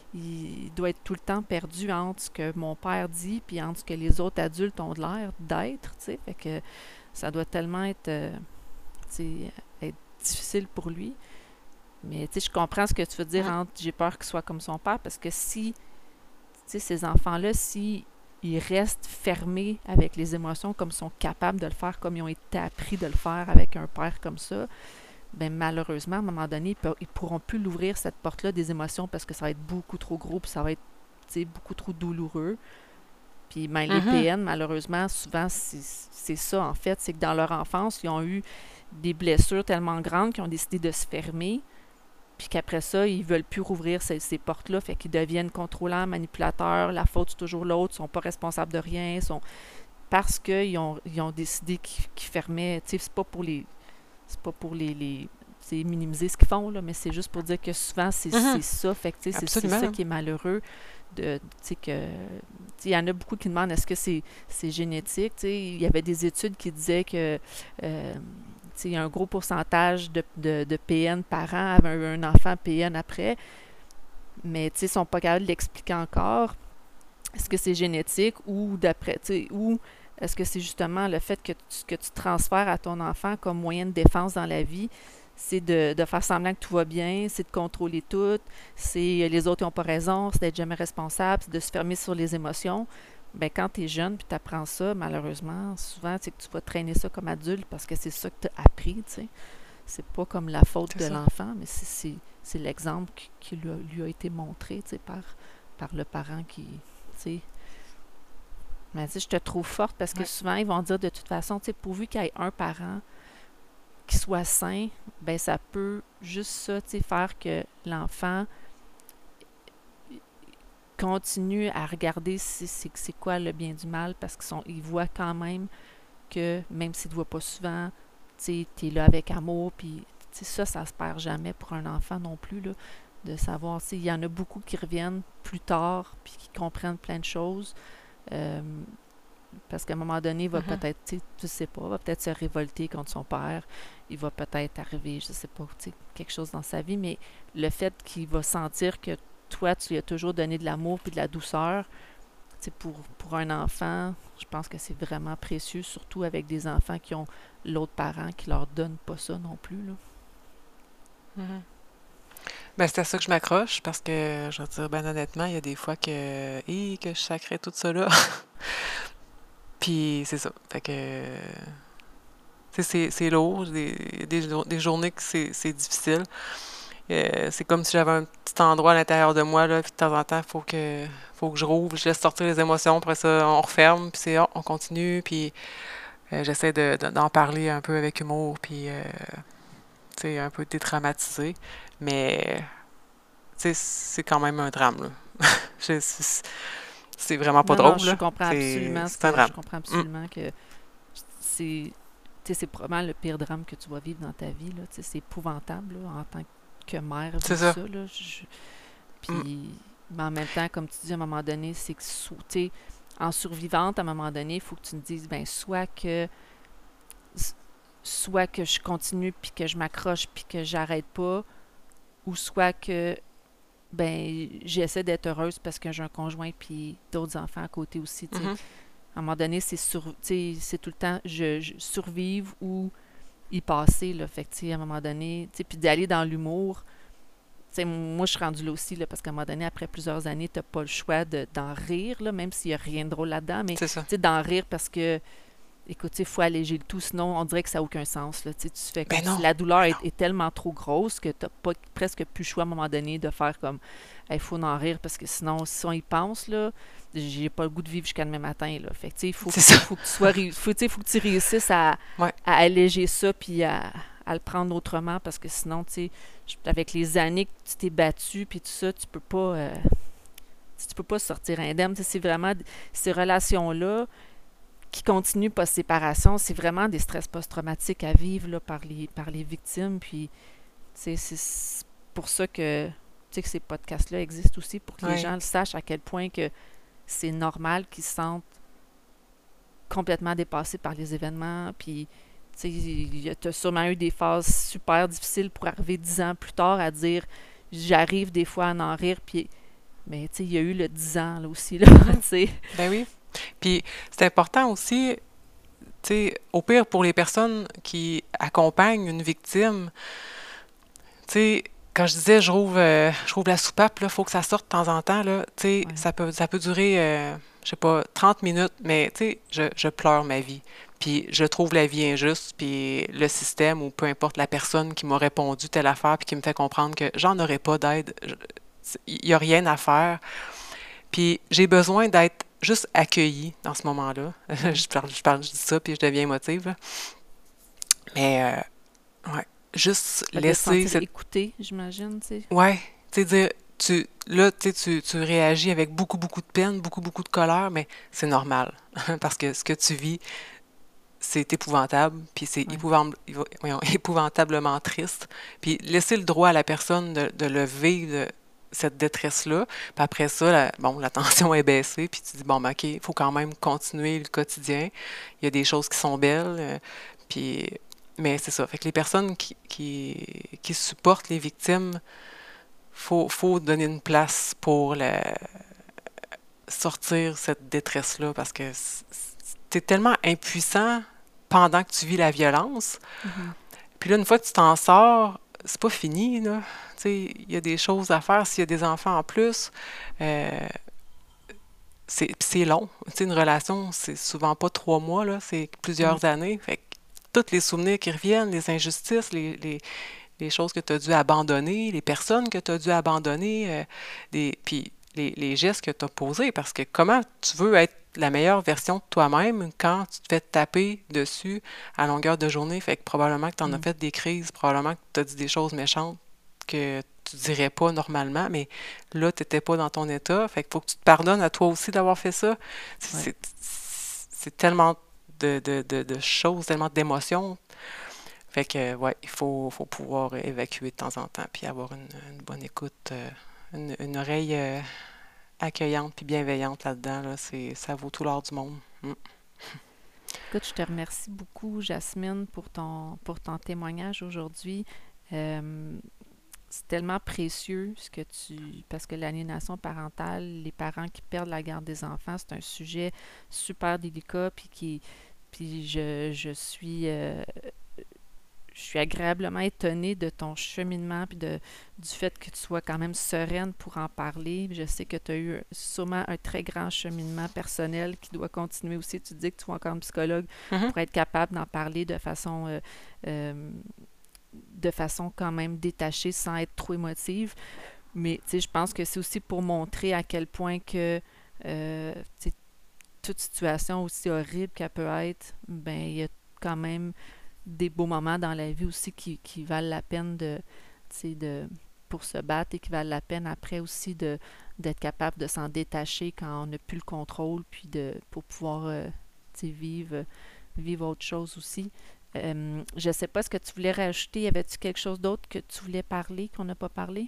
il doit être tout le temps perdu entre ce que mon père dit puis entre ce que les autres adultes ont l'air d'être, tu sais. Fait que ça doit tellement être, euh, tu sais, être difficile pour lui. Mais tu sais, je comprends ce que tu veux dire Hum. entre j'ai peur qu'il soit comme son père parce que si, tu sais, ces enfants-là, si ils restent fermés avec les émotions comme ils sont capables de le faire, comme ils ont été appris de le faire avec un père comme ça, ben malheureusement, à un moment donné, ils ne pourront plus l'ouvrir, cette porte-là des émotions, parce que ça va être beaucoup trop gros, puis ça va être tu sais, beaucoup trop douloureux. Puis ben, les Mhm. P N, malheureusement, souvent, c'est c'est ça, en fait. C'est que dans leur enfance, ils ont eu des blessures tellement grandes qu'ils ont décidé de se fermer, puis qu'après ça, ils veulent plus rouvrir ces, ces portes-là, fait qu'ils deviennent contrôlants, manipulateurs, la faute c'est toujours l'autre, ils sont pas responsables de rien, sont parce qu'ils ont, ils ont décidé qu'ils qu'ils fermaient, tu sais, c'est pas pour les c'est pas pour les, les c'est minimiser ce qu'ils font, là, mais c'est juste pour dire que souvent, c'est c'est Mhm. ça. Fait que, tu sais, c'est c'est ça Absolument. qui est malheureux. De, tu sais, que, tu sais, il y en a beaucoup qui demandent est-ce que c'est c'est génétique. Tu sais, il y avait des études qui disaient que euh, tu sais, il y a un gros pourcentage de, de, de P N par an avec un, un enfant P N après, mais tu sais, ils sont pas capables de l'expliquer encore. Est-ce que c'est génétique ou d'après, tu sais, ou est-ce que c'est justement le fait que tu, que tu transfères à ton enfant comme moyen de défense dans la vie, c'est de, de faire semblant que tout va bien, c'est de contrôler tout, c'est les autres n'ont pas raison, c'est d'être jamais responsable, c'est de se fermer sur les émotions. Ben, quand tu es jeune puis tu apprends ça, malheureusement, souvent, c'est que tu vas traîner ça comme adulte parce que c'est ça que tu as appris, tu sais. C'est pas comme la faute C'est de ça. l'enfant, mais c'est c'est- c'est l'exemple qui, qui lui, a, lui a été montré, tu sais, par, par le parent qui, tu sais, mais tu sais, je te trouve forte parce que Ouais. souvent, ils vont dire de toute façon, tu sais, pourvu qu'il y ait un parent qui soit sain, ben ça peut juste ça, tu sais, faire que l'enfant continue à regarder si c'est c'est quoi le bien du mal parce qu'il voit quand même que même s'il ne te voit pas souvent, tu sais, t'es là avec amour, puis tu sais, ça, ça se perd jamais pour un enfant non plus, là, de savoir, tu sais, il y en a beaucoup qui reviennent plus tard, puis qui comprennent plein de choses. Euh, Parce qu'à un moment donné, il va Mhm. peut-être, tu sais, tu sais pas, il va peut-être se révolter contre son père. Il va peut-être arriver, je sais pas, tu sais, quelque chose dans sa vie. Mais le fait qu'il va sentir que toi, tu lui as toujours donné de l'amour puis de la douceur, tu sais, pour, pour un enfant, je pense que c'est vraiment précieux, surtout avec des enfants qui ont l'autre parent qui leur donne pas ça non plus, là. Mhm. Ben, c'est à ça que je m'accroche parce que, je veux dire, ben honnêtement, il y a des fois que, hi, que je sacrais tout ça là. Puis c'est ça. Fait que, tu sais, c'est c'est lourd. Des, des, jour- des journées que c'est c'est difficile. Euh, c'est comme si j'avais un petit endroit à l'intérieur de moi, là, puis de temps en temps, il faut que, faut que je rouvre, je laisse sortir les émotions, après ça, on referme, puis c'est, oh, on continue, puis euh, j'essaie de, de- d'en parler un peu avec humour, puis, euh, tu sais, un peu dédramatiser. Mais, tu sais, c'est quand même un drame, là. Je- C'est c'est vraiment pas Non, non, drôle, je là. comprends C'est absolument ce c'est un que je drame. comprends Mm. absolument que c'est tu sais, c'est probablement le pire drame que tu vas vivre dans ta vie, là. Tu sais, c'est épouvantable, là, en tant que mère, C'est vivre ça. ça, là. Je- Mm. puis, mais en même temps, comme tu dis, à un moment donné, c'est que, sou- tu sais, en survivante, à un moment donné, il faut que tu me dises, ben, soit que soit que je continue puis que je m'accroche puis que j'arrête pas, ou soit que ben j'essaie d'être heureuse parce que j'ai un conjoint puis d'autres enfants à côté aussi, tu sais. Mhm. À un moment donné, c'est sur, tu sais, c'est tout le temps je, je survivre ou y passer, là. Fait que, tu sais, à un moment donné, tu sais, puis d'aller dans l'humour, tu sais, moi, je suis rendue là aussi, là, parce qu'à un moment donné, après plusieurs années, t'as pas le choix de, d'en rire, là, même s'il y a rien de drôle là-dedans, mais, tu C'est ça. sais, d'en rire parce que, écoute, il faut alléger le tout, sinon, on dirait que ça n'a aucun sens, là, tu sais, tu fais Ben comme si non, la douleur ben est, non. est tellement trop grosse que t'as pas, presque plus le choix, à un moment donné, de faire comme, il faut en rire, parce que sinon, si on y pense, là, j'ai pas le goût de vivre jusqu'à demain matin, là. Fait que, tu sais, il faut, C'est ça. faut que tu sois, ré- faut, tu sais, faut que tu réussisses à, Ouais, à alléger ça, puis à, à le prendre autrement, parce que sinon, tu sais, je- avec les années que tu t'es battu, puis tout ça, tu peux pas, euh, tu peux pas sortir indemne. Tu sais, c'est vraiment d- ces relations-là qui continuent post-séparation, c'est vraiment des stress post-traumatiques à vivre là, par les, par les victimes, puis, tu sais, c'est c'est pour ça que, tu sais, que ces podcasts-là existent aussi, pour que les ouais. gens le sachent à quel point que c'est normal qu'ils se sentent complètement dépassés par les événements, puis tu as sûrement eu des phases super difficiles pour arriver dix ans plus tard à dire j'arrive des fois à en rire, puis mais tu sais, il y a eu le dix ans là aussi, là, tu Mhm. sais. Ben oui. Puis c'est important aussi, tu sais, au pire pour les personnes qui accompagnent une victime, tu sais, quand je disais je rouvre, euh, je rouvre la soupape, là, faut que ça sorte de temps en temps, là, tu sais, Ouais. ça peut, ça peut durer, euh, je sais pas, trente minutes, mais tu sais, je, je pleure ma vie. Puis je trouve la vie injuste, puis le système ou peu importe la personne qui m'a répondu telle affaire, puis qui me fait comprendre que j'en aurais pas d'aide, je- il y a rien à faire. Puis j'ai besoin d'être juste accueillie dans ce moment-là. Mm. Je parle, je parle, je dis ça, puis je deviens émotive, là. Mais euh, ouais, juste Ben, de se laisser sentir cette. écouté, j'imagine, tu sais. Ouais, tu sais, dire, tu, là, tu sais, tu, tu réagis avec beaucoup, beaucoup de peine, beaucoup, beaucoup de colère, mais c'est normal. Parce que ce que tu vis, c'est épouvantable, puis c'est Ouais. épouvant- voyons, épouvantablement triste. Puis laisser le droit à la personne de, de le vivre, de- cette détresse-là. Puis après ça, la, bon, la tension est baissée, puis tu dis, bon, ben, OK, il faut quand même continuer le quotidien. Il y a des choses qui sont belles, euh, puis... Mais c'est ça. Fait que les personnes qui, qui, qui supportent les victimes, faut, faut donner une place pour la, sortir cette détresse-là parce que tu es tellement impuissant pendant que tu vis la violence. Mhm. Puis là, une fois que tu t'en sors, c'est pas fini, là. Tu sais, il y a des choses à faire s'il y a des enfants en plus. Euh, c'est puis c'est long. Tu sais, une relation, c'est souvent pas trois mois, là, c'est Mm. plusieurs années. Fait que tous les souvenirs qui reviennent, les injustices, les, les, les choses que tu as dû abandonner, les personnes que tu as dû abandonner, euh, des, puis les, les gestes que tu as posés. Parce que comment tu veux être la meilleure version de toi-même quand tu te fais taper dessus à longueur de journée? Fait que probablement que tu en as Mm. fait des crises, probablement que tu as dit des choses méchantes que tu dirais pas normalement, mais là, tu n'étais pas dans ton état. Fait qu'il faut que tu te pardonnes à toi aussi d'avoir fait ça. Ouais. C'est c'est tellement de, de, de, de choses, tellement d'émotions. Fait que, ouais, il faut, faut pouvoir évacuer de temps en temps, puis avoir une, une bonne écoute, euh, une, une oreille euh, accueillante puis bienveillante là-dedans, là, c'est, ça vaut tout l'or du monde. Mm. Écoute, je te remercie beaucoup, Jasmine, pour ton, pour ton témoignage aujourd'hui. Euh, c'est tellement précieux ce que tu... Parce que l'aliénation parentale, les parents qui perdent la garde des enfants, c'est un sujet super délicat, puis qui... Puis je, je suis... euh, je suis agréablement étonnée de ton cheminement puis de, du fait que tu sois quand même sereine pour en parler. Je sais que tu as eu sûrement un très grand cheminement personnel qui doit continuer aussi. Tu dis que tu vas encore un psychologue Mhm. pour être capable d'en parler de façon, euh, euh, de façon quand même détachée sans être trop émotive. Mais tu sais, je pense que c'est aussi pour montrer à quel point que euh, tu sais, toute situation aussi horrible qu'elle peut être, ben il y a quand même des beaux moments dans la vie aussi qui, qui valent la peine de, tu sais, de pour se battre et qui valent la peine après aussi de d'être capable de s'en détacher quand on n'a plus le contrôle puis de pour pouvoir euh, tu sais, vivre vivre autre chose aussi. Euh, je sais pas ce que tu voulais rajouter. Y avait-tu quelque chose d'autre que tu voulais parler qu'on n'a pas parlé?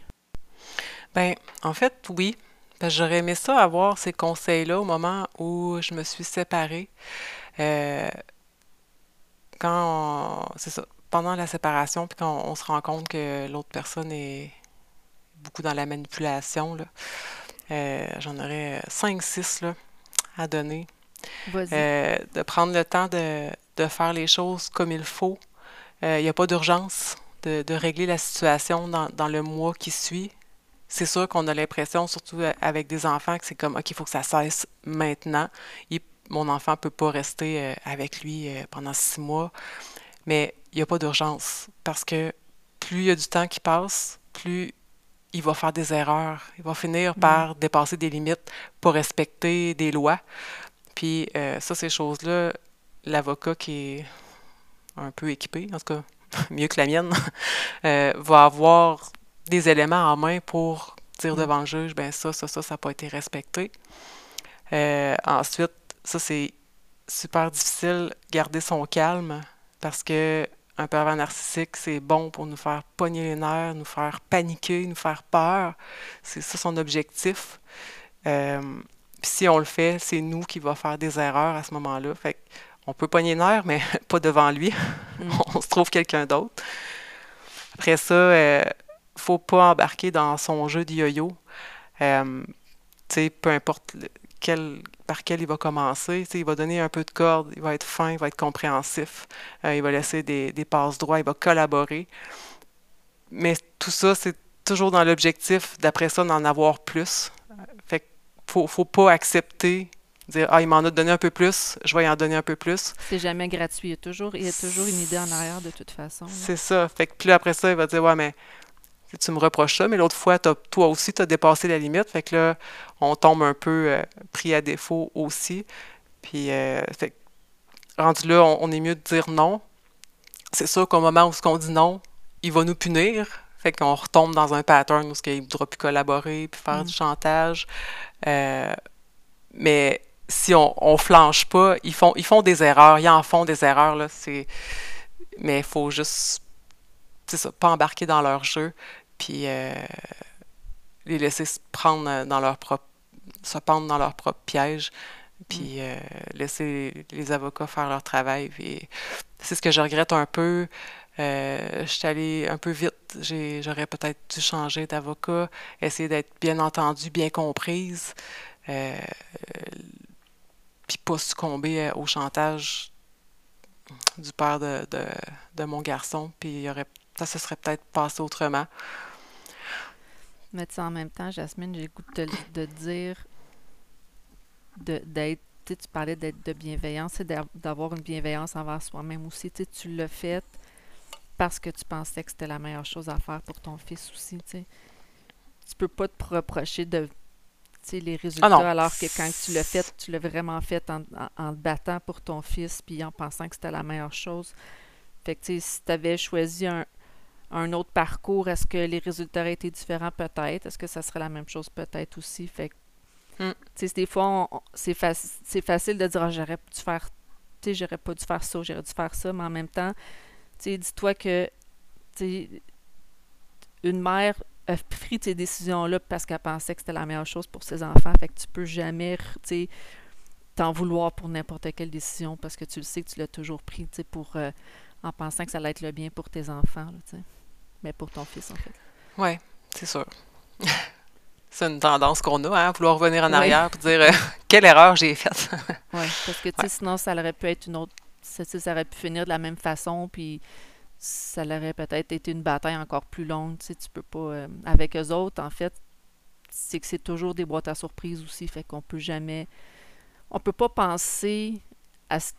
Ben, en fait, oui. Parce que j'aurais aimé ça avoir ces conseils-là au moment où je me suis séparée. Euh, quand on- c'est ça, pendant la séparation, puis quand on, on se rend compte que l'autre personne est beaucoup dans la manipulation, là, euh, j'en aurais cinq six là, à donner. Vas-y. Euh, de prendre le temps de, de faire les choses comme il faut. Il n'y a pas d'urgence de, de régler la situation dans, dans le mois qui suit. C'est sûr qu'on a l'impression, surtout euh, avec des enfants, que c'est comme, OK, il faut que ça cesse maintenant. Il- mon enfant ne peut pas rester euh, avec lui euh, pendant six mois, mais il n'y a pas d'urgence parce que plus il y a du temps qui passe, plus il va faire des erreurs. Il va finir Mm. par dépasser des limites pour respecter des lois. Puis euh, ça, ces choses-là, l'avocat qui est un peu équipé, en tout cas mieux que la mienne, euh, va avoir des éléments en main pour dire Mm. devant le juge, ben ça, ça, ça, ça n'a pas été respecté. Euh, ensuite, ça, c'est super difficile, garder son calme, parce que un pervers narcissique, c'est bon pour nous faire pogner les nerfs, nous faire paniquer, nous faire peur. C'est ça son objectif. Euh, Puis si on le fait, c'est nous qui va faire des erreurs à ce moment-là. Fait on peut pogner les nerfs, mais pas devant lui. Mm. On se trouve quelqu'un d'autre. Après ça, euh, faut pas embarquer dans son jeu de yo-yo. Euh, tu sais, peu importe le- quel, par quel il va commencer, tu sais, il va donner un peu de corde, il va être fin, il va être compréhensif, euh, il va laisser des, des passes droits, il va collaborer. Mais tout ça, c'est toujours dans l'objectif d'après ça d'en avoir plus. Fait que faut, faut pas accepter, dire ah, il m'en a donné un peu plus, je vais y en donner un peu plus. C'est jamais gratuit. Il y a toujours, il y a toujours une idée en arrière de toute façon, là. C'est ça. Fait que puis là, après ça, il va dire ouais, mais tu me reproches ça, mais l'autre fois, t'as- toi aussi, tu as dépassé la limite. Fait que là, on tombe un peu euh, pris à défaut aussi. Puis, euh, fait que, rendu là, on, on est mieux de dire non. C'est sûr qu'au moment où ce qu'on dit non, il va nous punir. Fait qu'on retombe dans un pattern où il ne voudra plus collaborer, puis faire Mm. du chantage. Euh, mais si on, on flanche pas, ils font, ils font des erreurs. Ils en font des erreurs, là. C'est... Mais il faut juste, c'est ça, pas embarquer dans leur jeu. Puis euh, les laisser se prendre euh, dans leur propre, se pendre dans leur propre piège, Mm. puis euh, laisser les avocats faire leur travail. Puis c'est ce que je regrette un peu. Euh, je suis allée un peu vite. J'ai, j'aurais peut-être dû changer d'avocat, essayer d'être bien entendue, bien comprise, euh, puis pas succomber euh, au chantage du père de, de, de mon garçon. Puis il y aurait, ça se serait peut-être passé autrement. Mais tu sais, en même temps, Jasmine, j'ai le goût de, te- de dire de, d'être. Tu sais, tu parlais d'être de bienveillance, c'est d'a- d'avoir une bienveillance envers soi-même aussi. Tu sais, tu l'as fait parce que tu pensais que c'était la meilleure chose à faire pour ton fils aussi. Tu sais, tu peux pas te reprocher de, tu sais, les Ah non! résultats alors que quand tu l'as fait, tu l'as vraiment fait en, en, en te battant pour ton fils puis en pensant que c'était la meilleure chose. Fait que tu sais, si tu avais choisi un, un autre parcours, est-ce que les résultats auraient été différents? Peut-être. Est-ce que ça serait la même chose? Peut-être aussi. Fait que, Hmm. tu sais, des fois, on- on- c'est faci- c'est facile de dire, ah, j'aurais dû faire, tu sais, j'aurais pas dû faire ça, j'aurais dû faire ça, mais en même temps, tu sais, dis-toi que, tu sais, une mère a pris ces décisions-là parce qu'elle pensait que c'était la meilleure chose pour ses enfants. Fait que tu peux jamais, tu sais, t'en vouloir pour n'importe quelle décision parce que tu le sais que tu l'as toujours pris, tu sais, pour, euh, en pensant que ça allait être le bien pour tes enfants, là, tu sais. Mais pour ton fils, en fait. Ouais, c'est sûr. C'est une tendance qu'on a, hein, vouloir revenir en Oui, arrière et dire euh, quelle erreur j'ai faite. oui. Parce que, tu Ouais, sais, sinon, ça aurait pu être une autre. Ça, ça aurait pu finir de la même façon, puis ça aurait peut-être été une bataille encore plus longue. Tu sais, tu peux pas. Euh, avec eux autres, en fait, c'est que c'est toujours des boîtes à surprises aussi. Fait qu'on peut jamais. On peut pas penser à ce,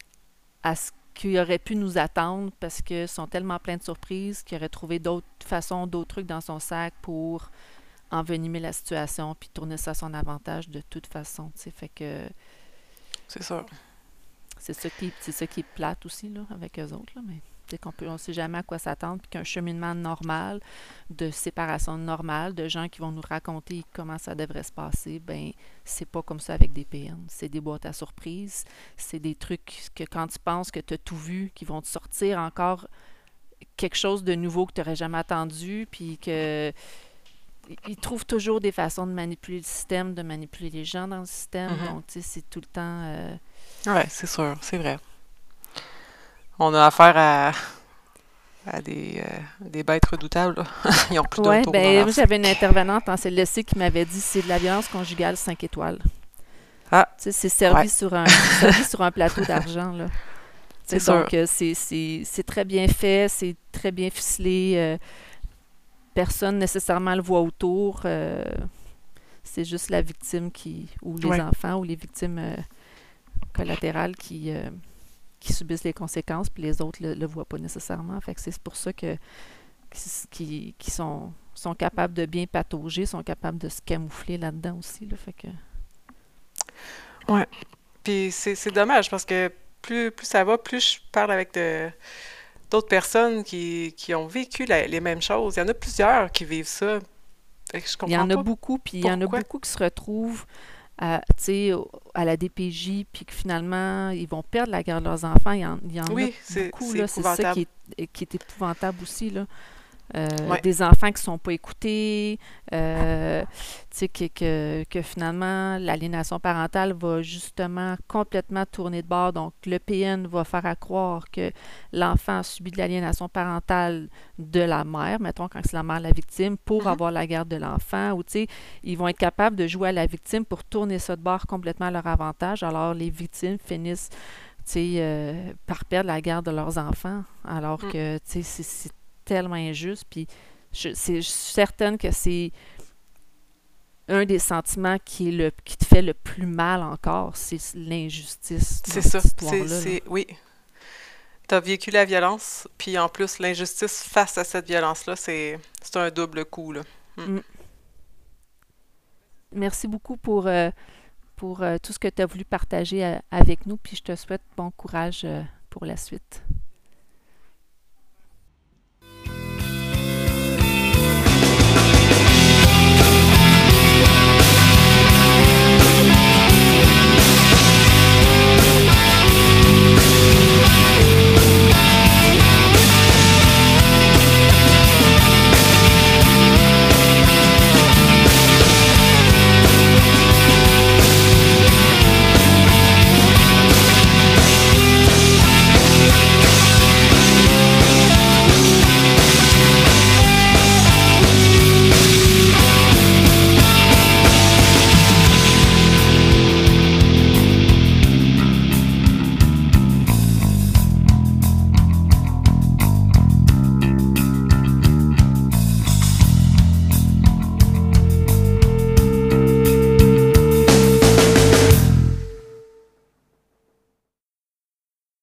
à ce qui aurait pu nous attendre parce qu'ils sont tellement pleins de surprises qu'ils auraient trouvé d'autres façons, d'autres trucs dans son sac pour envenimer la situation puis tourner ça à son avantage de toute façon. Tu sais. Fait que c'est sûr. c'est ça qui, c'est ça qui est plate aussi là, avec eux autres. Là, mais c'est qu'on peut, on sait jamais à quoi s'attendre. Puis qu'un cheminement normal, de séparation normale, de gens qui vont nous raconter comment ça devrait se passer, ben c'est pas comme ça avec des P N. C'est des boîtes à surprises. C'est des trucs que quand tu penses que tu as tout vu, qui vont te sortir encore quelque chose de nouveau que tu n'aurais jamais attendu, puis que ils trouvent toujours des façons de manipuler le système, de manipuler les gens dans le système. Mhm. Donc, tu sais, c'est tout le temps. euh, Ouais, c'est sûr, c'est vrai. On a affaire à, à des, euh, des bêtes redoutables, là. Ils ont plus d'un Ouais, tour dans ben leur moi sac. j'avais une intervenante en C L S C qui m'avait dit c'est de la violence conjugale cinq étoiles. Ah, Tu sais, c'est ouais, servi sur un c'est servi sur un plateau d'argent, là. Tu c'est sais, sûr. donc euh, c'est c'est c'est très bien fait, c'est très bien ficelé, euh, personne nécessairement le voit autour, euh, c'est juste la victime qui ou les Ouais, enfants ou les victimes euh, collatérales qui euh, qui subissent les conséquences, puis les autres le, le voient pas nécessairement. Fait que c'est pour ça que qui, qui sont, sont capables de bien patauger, sont capables de se camoufler là-dedans aussi. Là, fait que... ouais. Puis c'est c'est dommage parce que plus, plus ça va, plus je parle avec de- d'autres personnes qui, qui ont vécu la- les mêmes choses. Il y en a plusieurs qui vivent ça. Fait que je Il y comprends en a pas beaucoup, puis il y en a pourquoi. beaucoup qui se retrouvent à, tu sais, au- à la D P J, puis que finalement, ils vont perdre la garde de leurs enfants. Il y en, il y en a Oui, c'est beaucoup, c'est là. C'est ça épouvantable. qui est, qui est épouvantable aussi, là. Euh, Ouais. des enfants qui sont pas écoutés, euh, tu sais, que, que, que finalement l'aliénation parentale va justement complètement tourner de bord. Donc, le P N va faire à croire que l'enfant a subi de l'aliénation parentale de la mère, mettons quand c'est la mère la victime, pour Mhm. avoir la garde de l'enfant, ou tu sais, ils vont être capables de jouer à la victime pour tourner ça de bord complètement à leur avantage. Alors, les victimes finissent, tu sais, euh, par perdre la garde de leurs enfants, alors Mm. que, tu sais, c'est c'est tellement injuste. Puis je, c'est- je suis certaine que c'est un des sentiments qui, est le, qui te fait le plus mal encore, c'est l'injustice C'est dans cette ça. C'est, histoire-là. Là. c'est, oui. T'as vécu la violence, puis en plus l'injustice face à cette violence-là, c'est, c'est un double coup, là. Mm. Mm. Merci beaucoup pour, euh, pour euh, tout ce que tu as voulu partager euh, avec nous, puis je te souhaite bon courage euh, pour la suite.